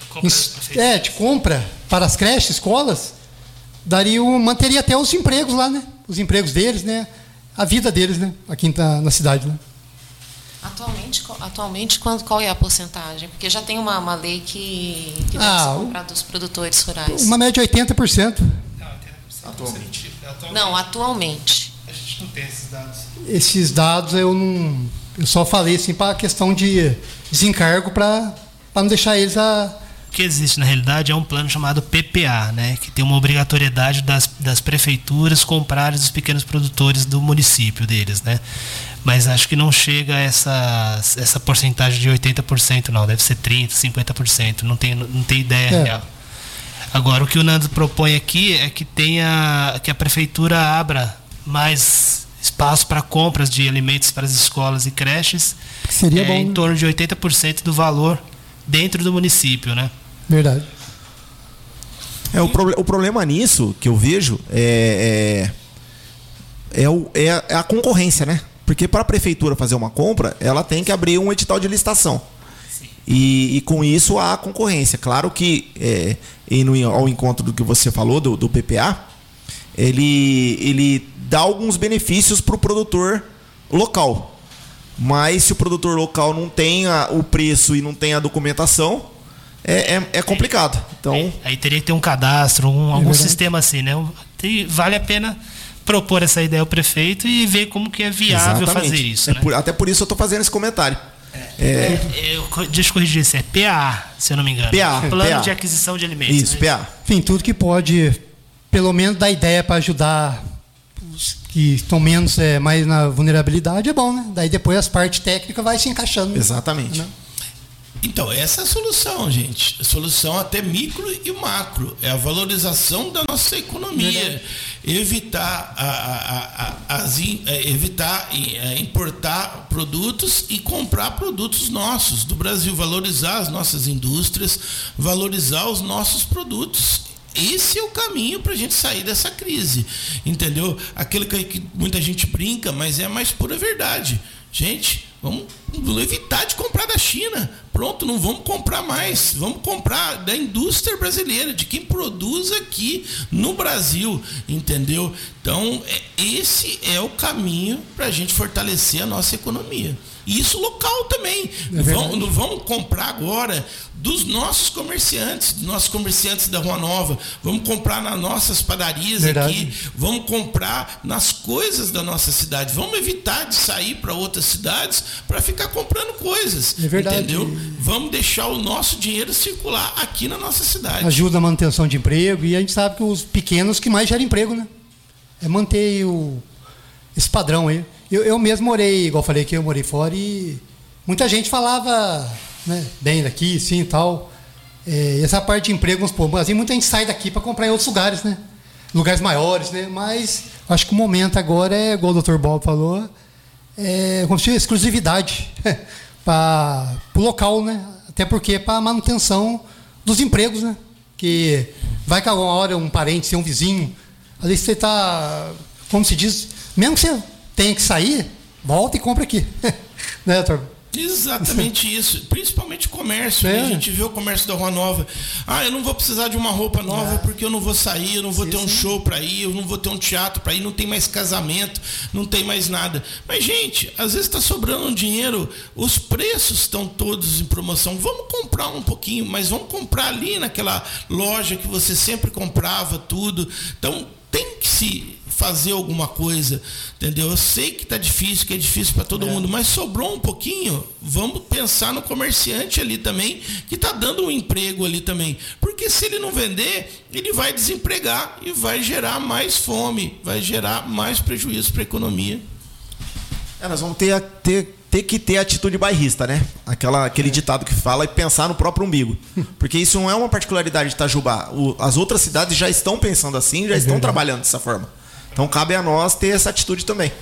compra para as creches, escolas, manteria até os empregos lá, né? Os empregos deles, né? A vida deles, né? Aqui na cidade, né? Atualmente qual é a porcentagem? Porque já tem uma lei que deve ser comprada dos produtores rurais. Uma média de 80%. Atualmente. Não, atualmente. A gente não tem esses dados. Esses dados eu só falei assim para a questão de desencargo para não deixar eles O que existe na realidade é um plano chamado PPA, né, que tem uma obrigatoriedade das prefeituras comprarem dos pequenos produtores do município deles, né? Mas acho que não chega a essa porcentagem de 80%, não. Deve ser 30%, 50%. Não tem ideia real. Agora, o que o Nando propõe aqui é que que a prefeitura abra mais espaço para compras de alimentos para as escolas e creches, que seria bom, em torno de 80% do valor dentro do município, né? Verdade. O problema nisso que eu vejo é a concorrência, né? Porque para a prefeitura fazer uma compra, ela tem que abrir um edital de licitação. Sim. E com isso há concorrência. Claro que, indo ao encontro do que você falou, do PPA, ele dá alguns benefícios para o produtor local. Mas se o produtor local não tem o preço e não tem a documentação, é complicado. Então, aí teria que ter um cadastro, algum sistema assim, né? Vale a pena propor essa ideia ao prefeito e ver como que é viável fazer isso. Né? Até por isso eu estou fazendo esse comentário. Deixa eu corrigir isso, é PA, se eu não me engano. Plano de Aquisição de Alimentos. Isso, né? PA. Enfim, tudo que pode, pelo menos, dar ideia para ajudar os que estão menos, mais na vulnerabilidade é bom, né? Daí depois as partes técnicas vai se encaixando. Exatamente. Né? Então, essa é a solução, gente. A solução até micro e macro. É a valorização da nossa economia. Evitar, importar produtos e comprar produtos nossos do Brasil. Valorizar as nossas indústrias, valorizar os nossos produtos. Esse é o caminho para a gente sair dessa crise. Entendeu? Aquilo que muita gente brinca, mas é a mais pura verdade. Gente, vamos evitar de comprar da China. Pronto, não vamos comprar mais. Vamos comprar da indústria brasileira, de quem produz aqui no Brasil. Entendeu? Então, esse é o caminho para a gente fortalecer a nossa economia. E isso local também. Vamos comprar agora dos nossos comerciantes da Rua Nova. Vamos comprar nas nossas padarias aqui. Vamos comprar nas coisas da nossa cidade. Vamos evitar de sair para outras cidades para ficar comprando coisas. Entendeu? Vamos deixar o nosso dinheiro circular aqui na nossa cidade. Ajuda a manutenção de emprego, e a gente sabe que os pequenos que mais geram emprego, né? É manter esse padrão aí. Eu mesmo morei, igual eu falei que eu morei fora, e muita gente falava, né, bem daqui, sim e tal. Essa parte de emprego, vamos supor, assim, muita gente sai daqui para comprar em outros lugares, né? Lugares maiores, né? Mas acho que o momento agora igual o Dr. Bob falou, como se fosse exclusividade para o local, né? Até porque para a manutenção dos empregos, né? Que vai que alguma hora um parente, um vizinho, às vezes você está, como se diz, mesmo que você tem que sair, volta e compra aqui. Né, doutor? Exatamente isso. Principalmente o comércio. Né? A gente vê o comércio da Rua Nova. Eu não vou precisar de uma roupa nova porque eu não vou sair, eu não vou ter um show para ir, eu não vou ter um teatro para ir, não tem mais casamento, não tem mais nada. Mas, gente, às vezes está sobrando um dinheiro, os preços estão todos em promoção. Vamos comprar um pouquinho, mas vamos comprar ali naquela loja que você sempre comprava tudo. Então, tem que se fazer alguma coisa, entendeu? Eu sei que tá difícil, que é difícil para todo mundo, mas sobrou um pouquinho, vamos pensar no comerciante ali também, que tá dando um emprego ali também, porque se ele não vender, ele vai desempregar e vai gerar mais fome, vai gerar mais prejuízo para a economia. Nós vamos ter que ter atitude bairrista, né? Aquele ditado que fala e pensar no próprio umbigo. Porque isso não é uma particularidade de Itajubá. As outras cidades já estão pensando assim, já estão trabalhando dessa forma. Então cabe a nós ter essa atitude também.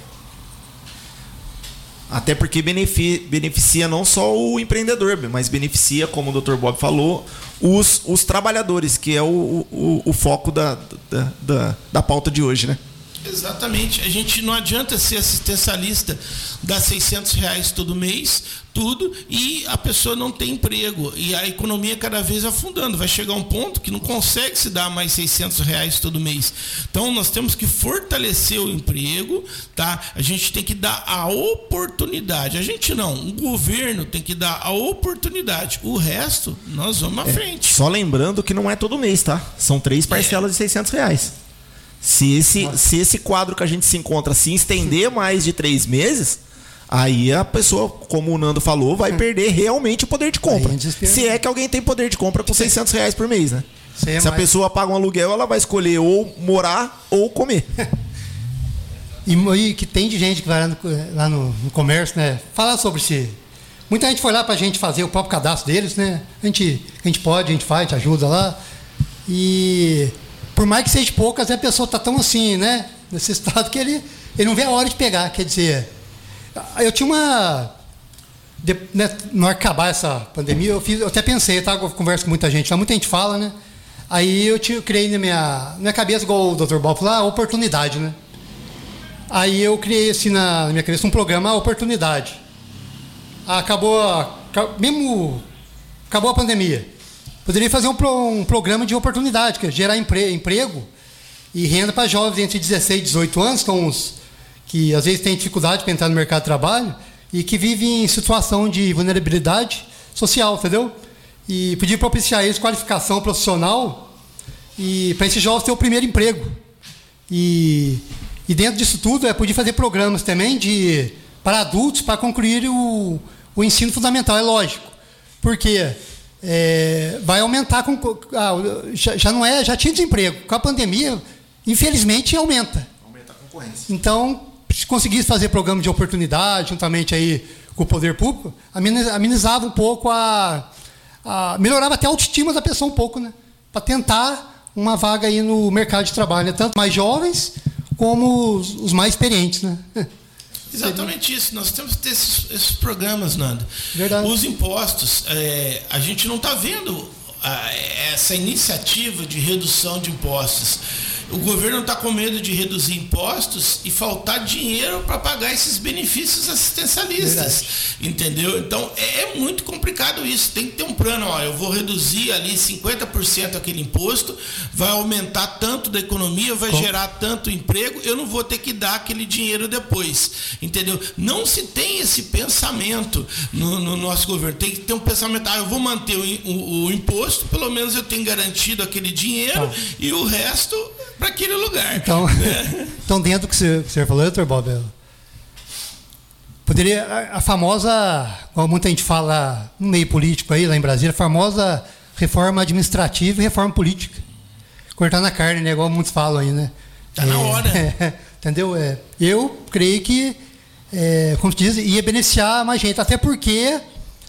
Até porque beneficia não só o empreendedor, mas beneficia, como o Dr. Bob falou, os trabalhadores, que é o foco da pauta de hoje, né? Exatamente. A gente não adianta ser assistencialista, dar R$600 todo mês, tudo, e a pessoa não tem emprego. E a economia cada vez afundando. Vai chegar um ponto que não consegue se dar mais R$600 todo mês. Então, nós temos que fortalecer o emprego, tá? A gente tem que dar a oportunidade. A gente não. O governo tem que dar a oportunidade. O resto, nós vamos à frente. Só lembrando que não é todo mês, tá? São 3 parcelas de R$600. Se esse quadro que a gente se encontra se estender mais de 3 meses, aí a pessoa, como o Nando falou, vai perder realmente o poder de compra. Se é que alguém tem poder de compra com R$600 por mês, né? Se a pessoa paga um aluguel, ela vai escolher ou morar ou comer. E que tem de gente que vai lá no comércio, né? Falar sobre si. Muita gente foi lá pra gente fazer o próprio cadastro deles, né? A gente pode, a gente faz, a gente ajuda lá. E por mais que seja poucas, a pessoa está tão assim, né? Nesse estado que ele não vê a hora de pegar. Quer dizer, eu tinha uma... Né, não acabar essa pandemia, eu até pensei, tá? Eu converso com muita gente, muita gente fala, né? Aí eu criei na minha cabeça, igual o Dr. Bob falou, a oportunidade, né? Aí eu criei assim na minha cabeça um programa, a oportunidade. Acabou, mesmo acabou a pandemia. Poderia fazer um programa de oportunidade, que é gerar emprego e renda para jovens entre 16 e 18 anos, que às vezes têm dificuldade para entrar no mercado de trabalho e que vivem em situação de vulnerabilidade social, entendeu? E podia propiciar a eles qualificação profissional e para esses jovens ter o primeiro emprego. E dentro disso tudo, podia fazer programas também para adultos para concluir o ensino fundamental, é lógico. Porque vai aumentar, já tinha desemprego. Com a pandemia, infelizmente, aumenta. Aumenta a concorrência. Então, se conseguisse fazer programa de oportunidade, juntamente aí com o poder público, amenizava um pouco melhorava até a autoestima da pessoa um pouco, né? Para tentar uma vaga aí no mercado de trabalho, né? Tanto mais jovens como os mais experientes, né? Exatamente isso. Nós temos que ter esses programas, Nando. Verdade. Os impostos, a gente não está vendo essa iniciativa de redução de impostos. O governo está com medo de reduzir impostos e faltar dinheiro para pagar esses benefícios assistencialistas. Verdade. Entendeu? Então, é muito complicado isso. Tem que ter um plano. Eu vou reduzir ali 50% aquele imposto, vai aumentar tanto da economia, vai gerar tanto emprego, eu não vou ter que dar aquele dinheiro depois. Entendeu? Não se tem esse pensamento no nosso governo. Tem que ter um pensamento, eu vou manter o imposto, pelo menos eu tenho garantido aquele dinheiro e o resto para aquele lugar. Então, então, dentro do que você falou, doutor Bob, poderia a famosa, como muita gente fala no meio político aí, lá em Brasília, a famosa reforma administrativa e reforma política. Cortar na carne, né? Igual muitos falam aí, né? Está na hora. Entendeu? Eu creio que, como se diz, ia beneficiar mais gente, até porque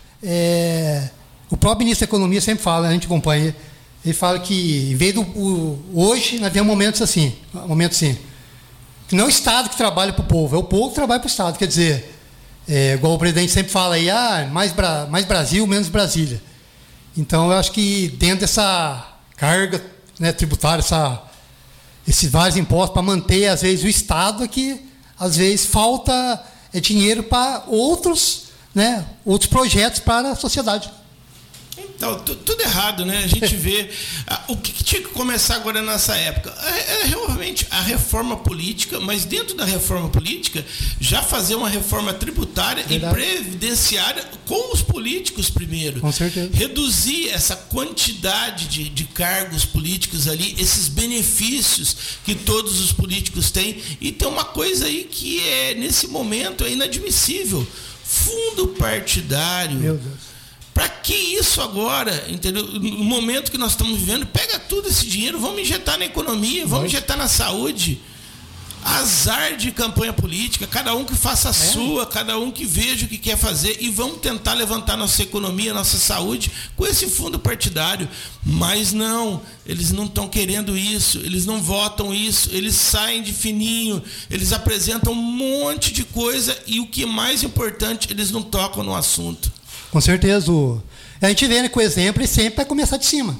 o próprio ministro da Economia sempre fala, a gente acompanha, ele fala que, em vez hoje, nós temos momentos assim, que não é o Estado que trabalha para o povo, é o povo que trabalha para o Estado. Quer dizer, igual o presidente sempre fala aí, mais Brasil, menos Brasília. Então, eu acho que dentro dessa carga, né, tributária, esses vários impostos para manter, às vezes, o Estado, que às vezes falta dinheiro para outros projetos para a sociedade. Então, tudo errado, né? A gente vê o que tinha que começar agora nessa época. Realmente a reforma política, mas dentro da reforma política, já fazer uma reforma tributária e previdenciária com os políticos primeiro. Com certeza. Reduzir essa quantidade de cargos políticos ali, esses benefícios que todos os políticos têm. E tem uma coisa aí que nesse momento é inadmissível. Fundo partidário. Meu Deus. Para que isso agora, entendeu? No momento que nós estamos vivendo, pega tudo esse dinheiro, vamos injetar na economia, vamos injetar na saúde. Azar de campanha política, cada um que faça a sua, cada um que veja o que quer fazer e vamos tentar levantar nossa economia, nossa saúde com esse fundo partidário. Mas não, eles não estão querendo isso, eles não votam isso, eles saem de fininho, eles apresentam um monte de coisa e o que é mais importante, eles não tocam no assunto. Com certeza. A gente vê, né, com o exemplo, e sempre vai começar de cima.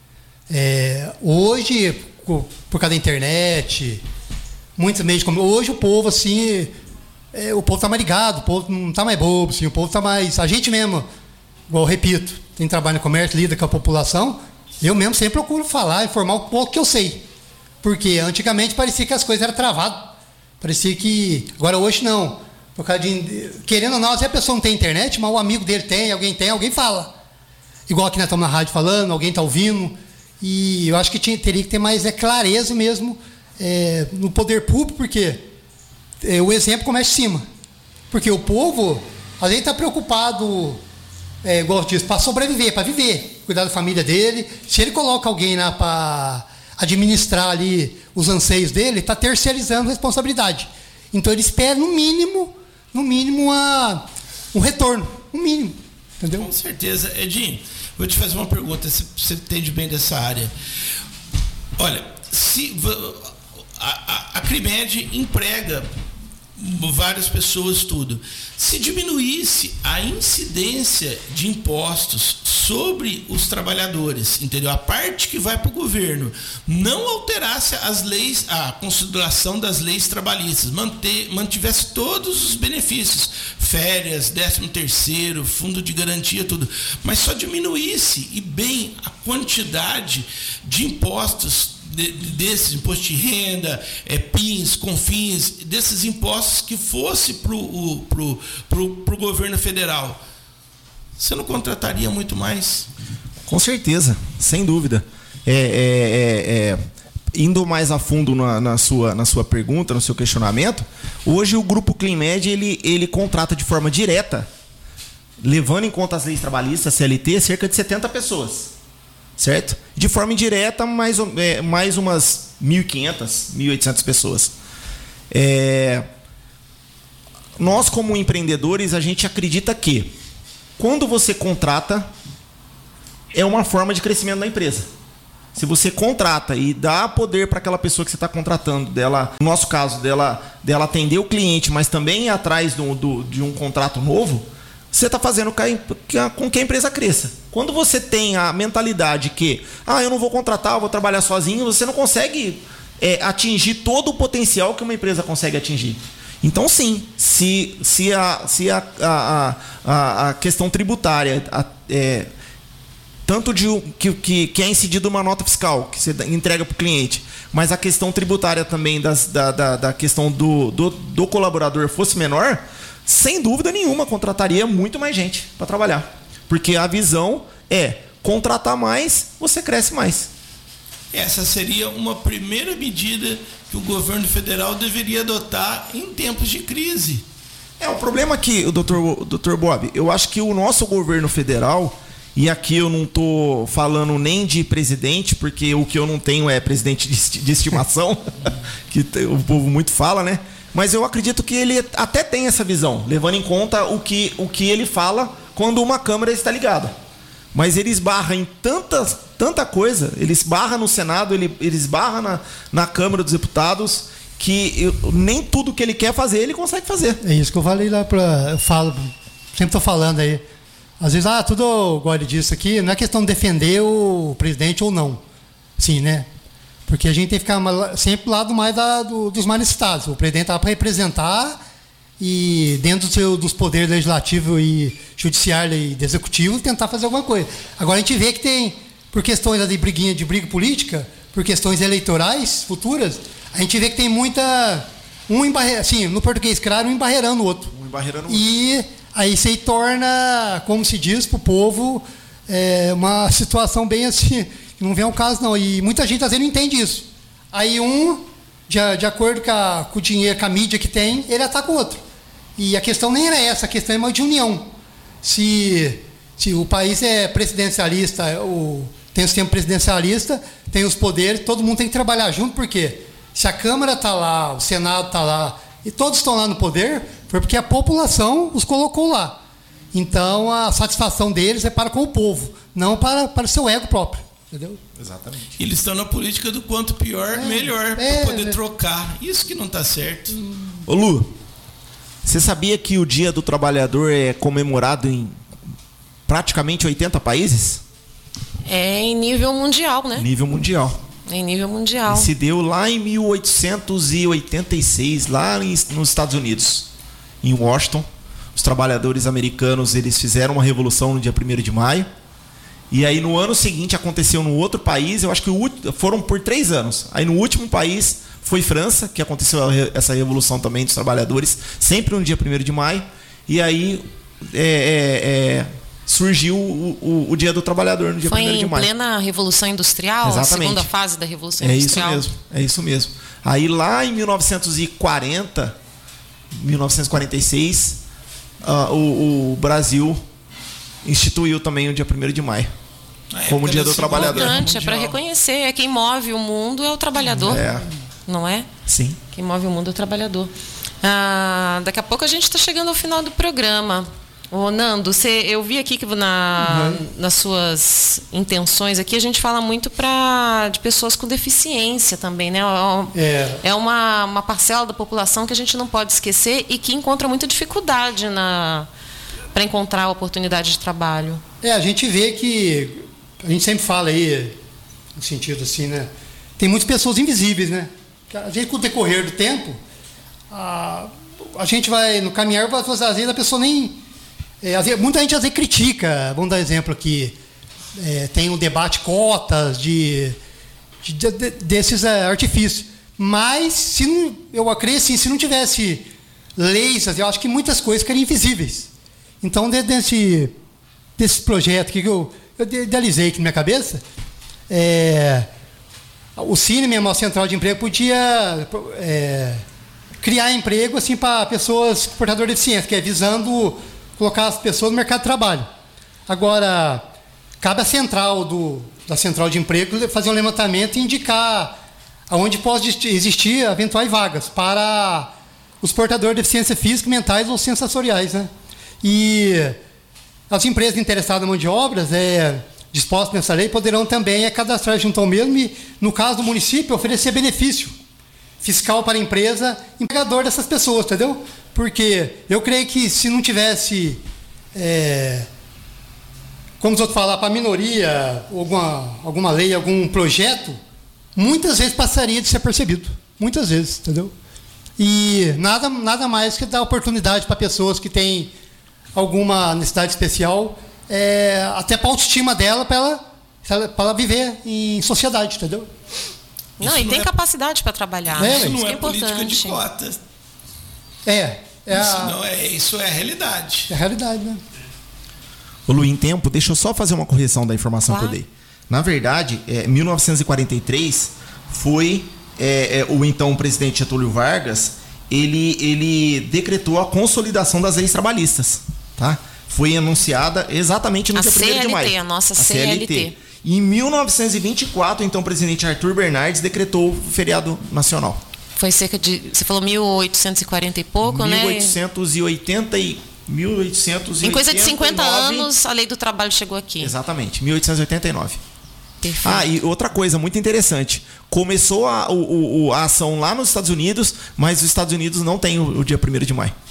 Hoje, por causa da internet, muitos meios, hoje o povo, assim, o povo está mais ligado, o povo não está mais bobo, assim, o povo está mais... A gente mesmo, igual eu repito, tem trabalho no comércio, lida com a população, eu mesmo sempre procuro falar, informar um pouco que eu sei. Porque antigamente parecia que as coisas eram travadas. Parecia que... Agora hoje não. Por causa querendo ou não, se a pessoa não tem internet, mas o amigo dele tem, alguém fala. Igual aqui nós estamos na rádio falando, alguém está ouvindo. E eu acho que teria que ter mais clareza mesmo no poder público, porque o exemplo começa de cima. Porque o povo, às vezes, está preocupado, igual eu disse, para sobreviver, para viver, cuidar da família dele. Se ele coloca alguém lá para administrar ali os anseios dele, está terceirizando a responsabilidade. Então ele espera, no mínimo um retorno, no mínimo, entendeu? Com certeza. Edinho, vou te fazer uma pergunta, se você entende bem dessa área. Olha, se a Crimed emprega várias pessoas, tudo. Se diminuísse a incidência de impostos sobre os trabalhadores, entendeu? A parte que vai para o governo não alterasse as leis, a consideração das leis trabalhistas, mantivesse todos os benefícios, férias, 13º, fundo de garantia, tudo, mas só diminuísse e bem a quantidade de impostos desses impostos de renda, PINs, CONFINS, desses impostos que fosse para o governo federal. Você não contrataria muito mais? Com certeza, sem dúvida. Indo mais a fundo na sua pergunta, no seu questionamento, hoje o Grupo CleanMed ele contrata de forma direta, levando em conta as leis trabalhistas, CLT, cerca de 70 pessoas. Certo? De forma indireta, mais umas 1.500, 1.800 pessoas. Nós, como empreendedores, a gente acredita que quando você contrata, é uma forma de crescimento da empresa. Se você contrata e dá poder para aquela pessoa que você está contratando, no nosso caso, dela atender o cliente, mas também ir atrás de um contrato novo, você está fazendo com que a empresa cresça. Quando você tem a mentalidade que eu não vou contratar, eu vou trabalhar sozinho, você não consegue atingir todo o potencial que uma empresa consegue atingir. Então, sim, se a questão tributária, tanto que é incidido uma nota fiscal que você entrega para o cliente, mas a questão tributária também da questão do colaborador fosse menor, sem dúvida nenhuma, contrataria muito mais gente para trabalhar. Porque a visão é contratar mais, você cresce mais. Essa seria uma primeira medida que o governo federal deveria adotar em tempos de crise. O problema aqui, doutor Bob, eu acho que o nosso governo federal, e aqui eu não estou falando nem de presidente, porque o que eu não tenho é presidente de estimação, que o povo muito fala, né? Mas eu acredito que ele até tem essa visão, levando em conta o que ele fala quando uma câmera está ligada. Mas ele esbarra em tanta coisa, ele esbarra no Senado, ele esbarra na Câmara dos Deputados, que nem tudo que ele quer fazer, ele consegue fazer. É isso que eu falei lá sempre estou falando aí. Às vezes, tudo eu gosto disso aqui, não é questão de defender o presidente ou não. Sim, né? Porque a gente tem que ficar sempre do lado mais dos mais necessitados. O presidente está para representar e, dentro dos poderes legislativo e judiciário e executivo, tentar fazer alguma coisa. Agora, a gente vê que tem, por questões de briga política, por questões eleitorais futuras, a gente vê que tem muita... assim, no português claro, um embarreirando o outro. E aí se torna, como se diz para o povo, uma situação bem assim... Não vem ao caso, não. E muita gente, às vezes, não entende isso. Aí de acordo com o dinheiro, com a mídia que tem, ele ataca o outro. E a questão nem era essa, a questão é uma de união. Se o país é presidencialista, tem o sistema presidencialista, tem os poderes, todo mundo tem que trabalhar junto, porque se a Câmara está lá, o Senado está lá, e todos estão lá no poder, foi porque a população os colocou lá. Então, a satisfação deles é para com o povo, não para o seu ego próprio. Entendeu? Exatamente. Eles estão na política do quanto pior, melhor, para poder trocar. Isso que não está certo. Ô Lu, você sabia que o Dia do Trabalhador é comemorado em praticamente 80 países? Em nível mundial, né? Nível mundial. Em nível mundial. E se deu lá em 1886, lá nos Estados Unidos, em Washington. Os trabalhadores americanos, eles fizeram uma revolução no dia 1º de maio. E aí no ano seguinte aconteceu no outro país, eu acho que foram por 3 anos. Aí no último país foi França, que aconteceu essa revolução também dos trabalhadores, sempre no dia 1º de maio. E aí surgiu o Dia do Trabalhador no dia 1º de maio. Foi em plena Revolução Industrial, exatamente. A segunda fase da Revolução Industrial. É isso mesmo. Aí lá em 1946, o Brasil instituiu também o dia 1º de maio. Como Dia do Trabalhador. É para reconhecer, quem move o mundo é o trabalhador, não é? Sim. Quem move o mundo é o trabalhador. Daqui a pouco a gente está chegando ao final do programa. Ô, Nando, eu vi aqui que nas suas intenções aqui a gente fala muito de pessoas com deficiência também, né? É uma parcela da população que a gente não pode esquecer e que encontra muita dificuldade para encontrar a oportunidade de trabalho? A gente vê que, a gente sempre fala aí, no sentido assim, né? Tem muitas pessoas invisíveis, né? A gente, com o decorrer do tempo, a gente vai no caminhar, às vezes a pessoa nem... muita gente às vezes critica, vamos dar exemplo aqui, tem um debate cotas desses artifícios. Mas, eu acredito assim, se não tivesse leis, eu acho que muitas coisas ficariam invisíveis. Então, desse projeto que eu idealizei aqui na minha cabeça, o Cine, mesmo, a Central de Emprego, podia criar emprego assim, para pessoas portadoras de deficiência, que é visando colocar as pessoas no mercado de trabalho. Agora, cabe à da Central de Emprego fazer um levantamento e indicar aonde pode existir eventuais vagas para os portadores de deficiência física, mentais ou sensoriais, né? E as empresas interessadas na mão de obras, dispostas nessa lei, poderão também cadastrar junto ao mesmo e, no caso do município, oferecer benefício fiscal para a empresa empregador dessas pessoas, entendeu? Porque eu creio que se não tivesse, como os outros falam, para a minoria, alguma lei, algum projeto, muitas vezes passaria de ser percebido. Muitas vezes, entendeu? E nada mais que dar oportunidade para pessoas que têm alguma necessidade especial, até para a autoestima dela, para ela viver em sociedade, entendeu? Não, e tem capacidade para trabalhar. Isso não é importante. Política de cotas. Isso é a realidade. É a realidade, né? Ô Lu, em tempo, deixa eu só fazer uma correção da informação Claro. que eu dei. Na verdade, 1943 foi o então presidente Getúlio Vargas, ele decretou a consolidação das leis trabalhistas, tá? Foi anunciada exatamente no dia 1º de maio. A nossa CLT. E em 1924, então, o presidente Arthur Bernardes decretou o feriado nacional. Foi cerca de... Você falou 1840 e pouco, 1880 né? e 1889. Em coisa de 50 anos, a lei do trabalho chegou aqui. Exatamente, 1889. Perfeito. E outra coisa muito interessante. Começou a ação lá nos Estados Unidos, mas os Estados Unidos não têm o dia 1º de maio.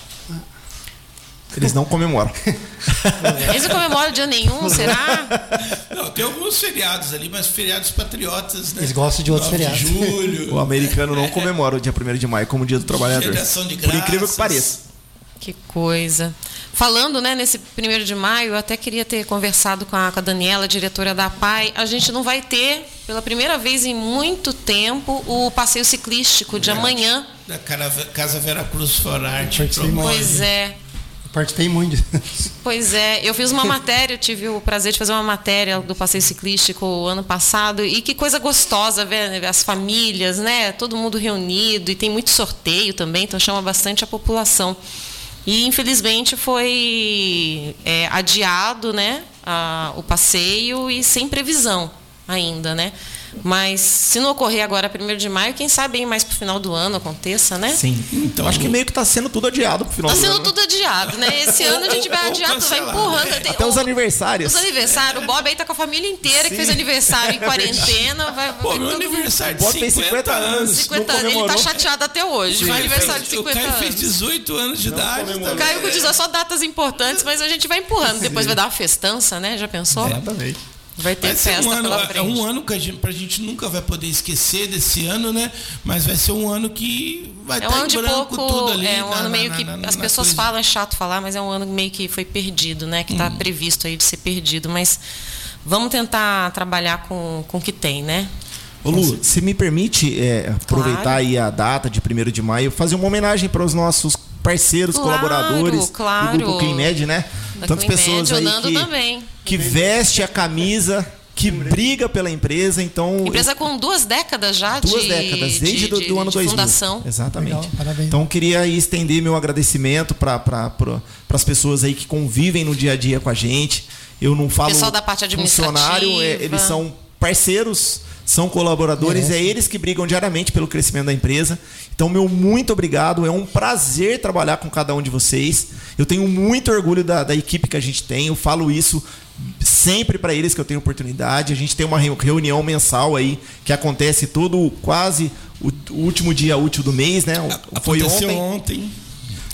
Eles não comemoram. Eles não comemoram dia nenhum, será? Não, tem alguns feriados ali, mas feriados patriotas, né? Eles gostam de outros 9 feriados. de julho. O americano não comemora o dia 1º de maio como o dia do trabalhador. Geração de Por incrível graças. que pareça. Que coisa. Falando, né, nesse 1º de maio, eu até queria ter conversado com a Daniela, diretora da APAE. A gente não vai ter, pela primeira vez em muito tempo, o passeio ciclístico de amanhã. Da Casa Vera Cruz For Art. Pois é. Participei muito. Pois é, eu fiz uma matéria, eu tive o prazer de fazer uma matéria do passeio ciclístico ano passado, e que coisa gostosa ver as famílias, né? Todo mundo reunido, e tem muito sorteio também, então chama bastante a população. E infelizmente foi adiado, né, o passeio e sem previsão ainda, né? Mas se não ocorrer agora 1º de maio, quem sabe aí mais pro final do ano aconteça, né? Sim. Então, acho que meio que está sendo tudo adiado pro final do ano. Está sendo tudo adiado, né? Esse ano a gente vai adiado, vai empurrando. Até os aniversários. Os aniversários. O Bob aí tá com a família inteira que fez aniversário em quarentena. Pô, meu aniversário de Bob fez 50 anos. 50 anos. Ele tá chateado até hoje. Vai aniversário de 50 anos. O Caio fez 18 anos de idade. O Caio com 18, só datas importantes, mas a gente vai empurrando. Depois vai dar uma festança, né? Já pensou? Exatamente. Vai ter festa pela frente. É um ano que a gente nunca vai poder esquecer desse ano, né? Mas vai ser um ano que vai estar em branco tudo ali. É um ano meio que as pessoas falam, é chato falar, mas é um ano meio que foi perdido, né? Que está previsto aí de ser perdido. Mas vamos tentar trabalhar com o que tem, né? Ô Lu, você me permite aproveitar aí a data de 1º de maio, fazer uma homenagem para os nossos parceiros, colaboradores do Grupo Cleanmed, né? Tantas pessoas aí que veste a camisa, que briga pela empresa, então... Empresa com 2 décadas já de desde do ano 2000. Fundação. Exatamente. Legal, parabéns. Então, queria estender meu agradecimento para as pessoas aí que convivem no dia a dia com a gente. Eu não falo pessoal da parte administrativa. Funcionário, eles são parceiros, são colaboradores, é eles que brigam diariamente pelo crescimento da empresa. Então, meu muito obrigado. É um prazer trabalhar com cada um de vocês. Eu tenho muito orgulho da equipe que a gente tem. Eu falo isso sempre para eles que eu tenho oportunidade. A gente tem uma reunião mensal aí que acontece quase o último dia útil do mês, né? Foi ontem.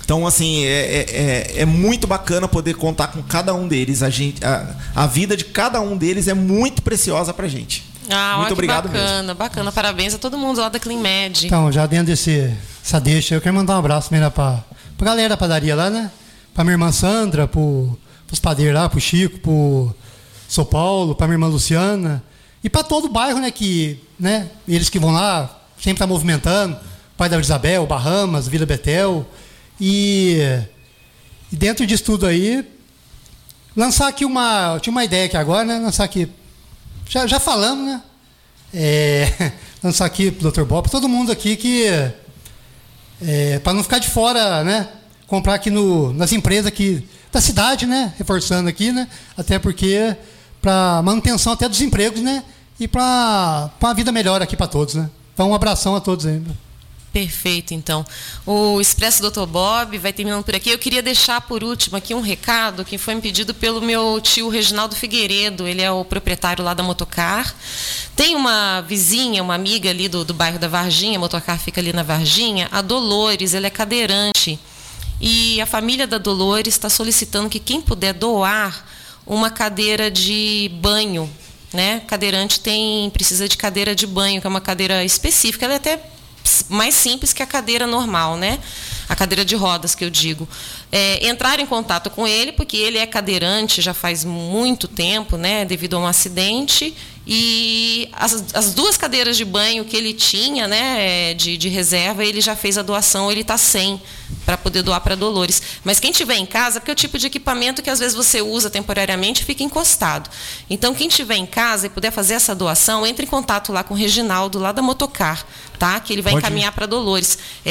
Então, assim, é muito bacana poder contar com cada um deles. A vida de cada um deles é muito preciosa pra gente. Muito obrigado mesmo. Bacana. Parabéns a todo mundo lá da CleanMed. Então, já dentro dessa deixa, eu quero mandar um abraço mesmo pra galera da padaria lá, né? Pra minha irmã Sandra, pros padeiros lá, pro Chico, pro São Paulo, pra minha irmã Luciana. E pra todo o bairro, né? Eles que vão lá, sempre tá movimentando. Pai da Isabel, Bahamas, Vila Betel. E dentro disso tudo aí, lançar aqui tinha uma ideia aqui agora, né? Lançar aqui, já falamos, né? Lançar aqui pro Dr. Bob, todo mundo aqui que, para não ficar de fora, né? Comprar aqui nas empresas aqui da cidade, né? Reforçando aqui, né? Até porque para manutenção até dos empregos, né? E para uma vida melhor aqui para todos, né? Então, um abração a todos aí. Perfeito, então. O Expresso Dr. Bob vai terminando por aqui. Eu queria deixar por último aqui um recado que foi me pedido pelo meu tio Reginaldo Figueiredo. Ele é o proprietário lá da Motocar. Tem uma vizinha, uma amiga ali do bairro da Varginha, a Motocar fica ali na Varginha, a Dolores, ela é cadeirante. E a família da Dolores está solicitando que quem puder doar uma cadeira de banho, né? Cadeirante precisa de cadeira de banho, que é uma cadeira específica. Ela é até mais simples que a cadeira normal, né? A cadeira de rodas, que eu digo. Entrar em contato com ele, porque ele é cadeirante já faz muito tempo, né? Devido a um acidente. E as duas cadeiras de banho que ele tinha, né, de reserva, ele já fez a doação, ele está sem para poder doar para Dolores. Mas quem tiver em casa, porque é o tipo de equipamento que às vezes você usa temporariamente e fica encostado. Então, quem tiver em casa e puder fazer essa doação, entre em contato lá com o Reginaldo, lá da Motocar, tá? Que ele vai encaminhar para Dolores. É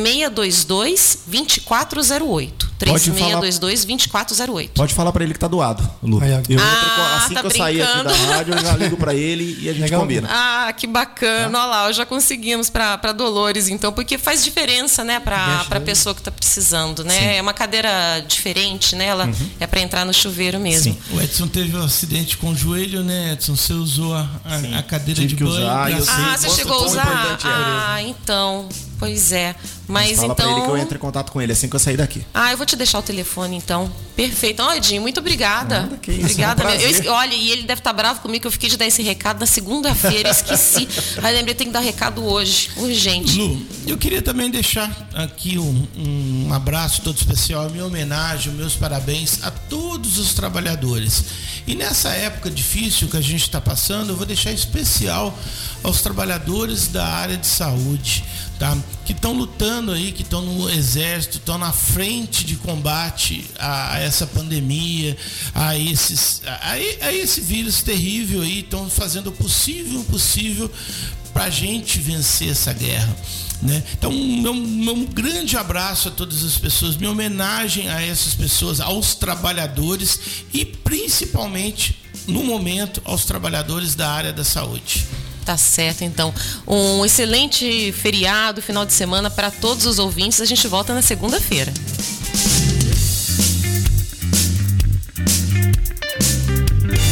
3622-2408. 3622-2408. Pode falar para ele que tá doado, Lu. Assim que eu sair aqui da rádio, eu já ligo para ele e a gente combina. Ah, que bacana. Olha lá, já conseguimos para Dolores, então, porque faz diferença, né, para a pessoa que está precisando, né? Sim. É uma cadeira diferente, né? Ela é para entrar no chuveiro mesmo. Sim. O Edson teve um acidente com o joelho, né, Edson? Você usou a cadeira de banho. Você chegou a usar? Então, pois é. Mas fala então... pra ele que eu entre em contato com ele assim que eu sair daqui. Eu vou te deixar o telefone, então. Perfeito. Olha, Edinho, muito obrigada. Nada, que isso, obrigada mesmo. Olha, e ele deve estar bravo comigo que eu fiquei de dar esse recado na segunda-feira, esqueci. Aí lembrei, tem que dar recado hoje, urgente. Lu, eu queria também deixar aqui um abraço todo especial, a minha homenagem, meus parabéns a todos os trabalhadores. E nessa época difícil que a gente está passando, eu vou deixar especial aos trabalhadores da área de saúde, tá? Que estão lutando aí, que estão no exército, estão na frente de combate a essa pandemia, a esse vírus terrível aí, estão fazendo o possível para a gente vencer essa guerra, né? Então, meu grande abraço a todas as pessoas, minha homenagem a essas pessoas, aos trabalhadores e principalmente, no momento, aos trabalhadores da área da saúde. Tá certo, então. Um excelente feriado, final de semana para todos os ouvintes. A gente volta na segunda-feira.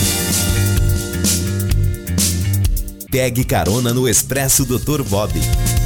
Pegue carona no Expresso Dr. Bob.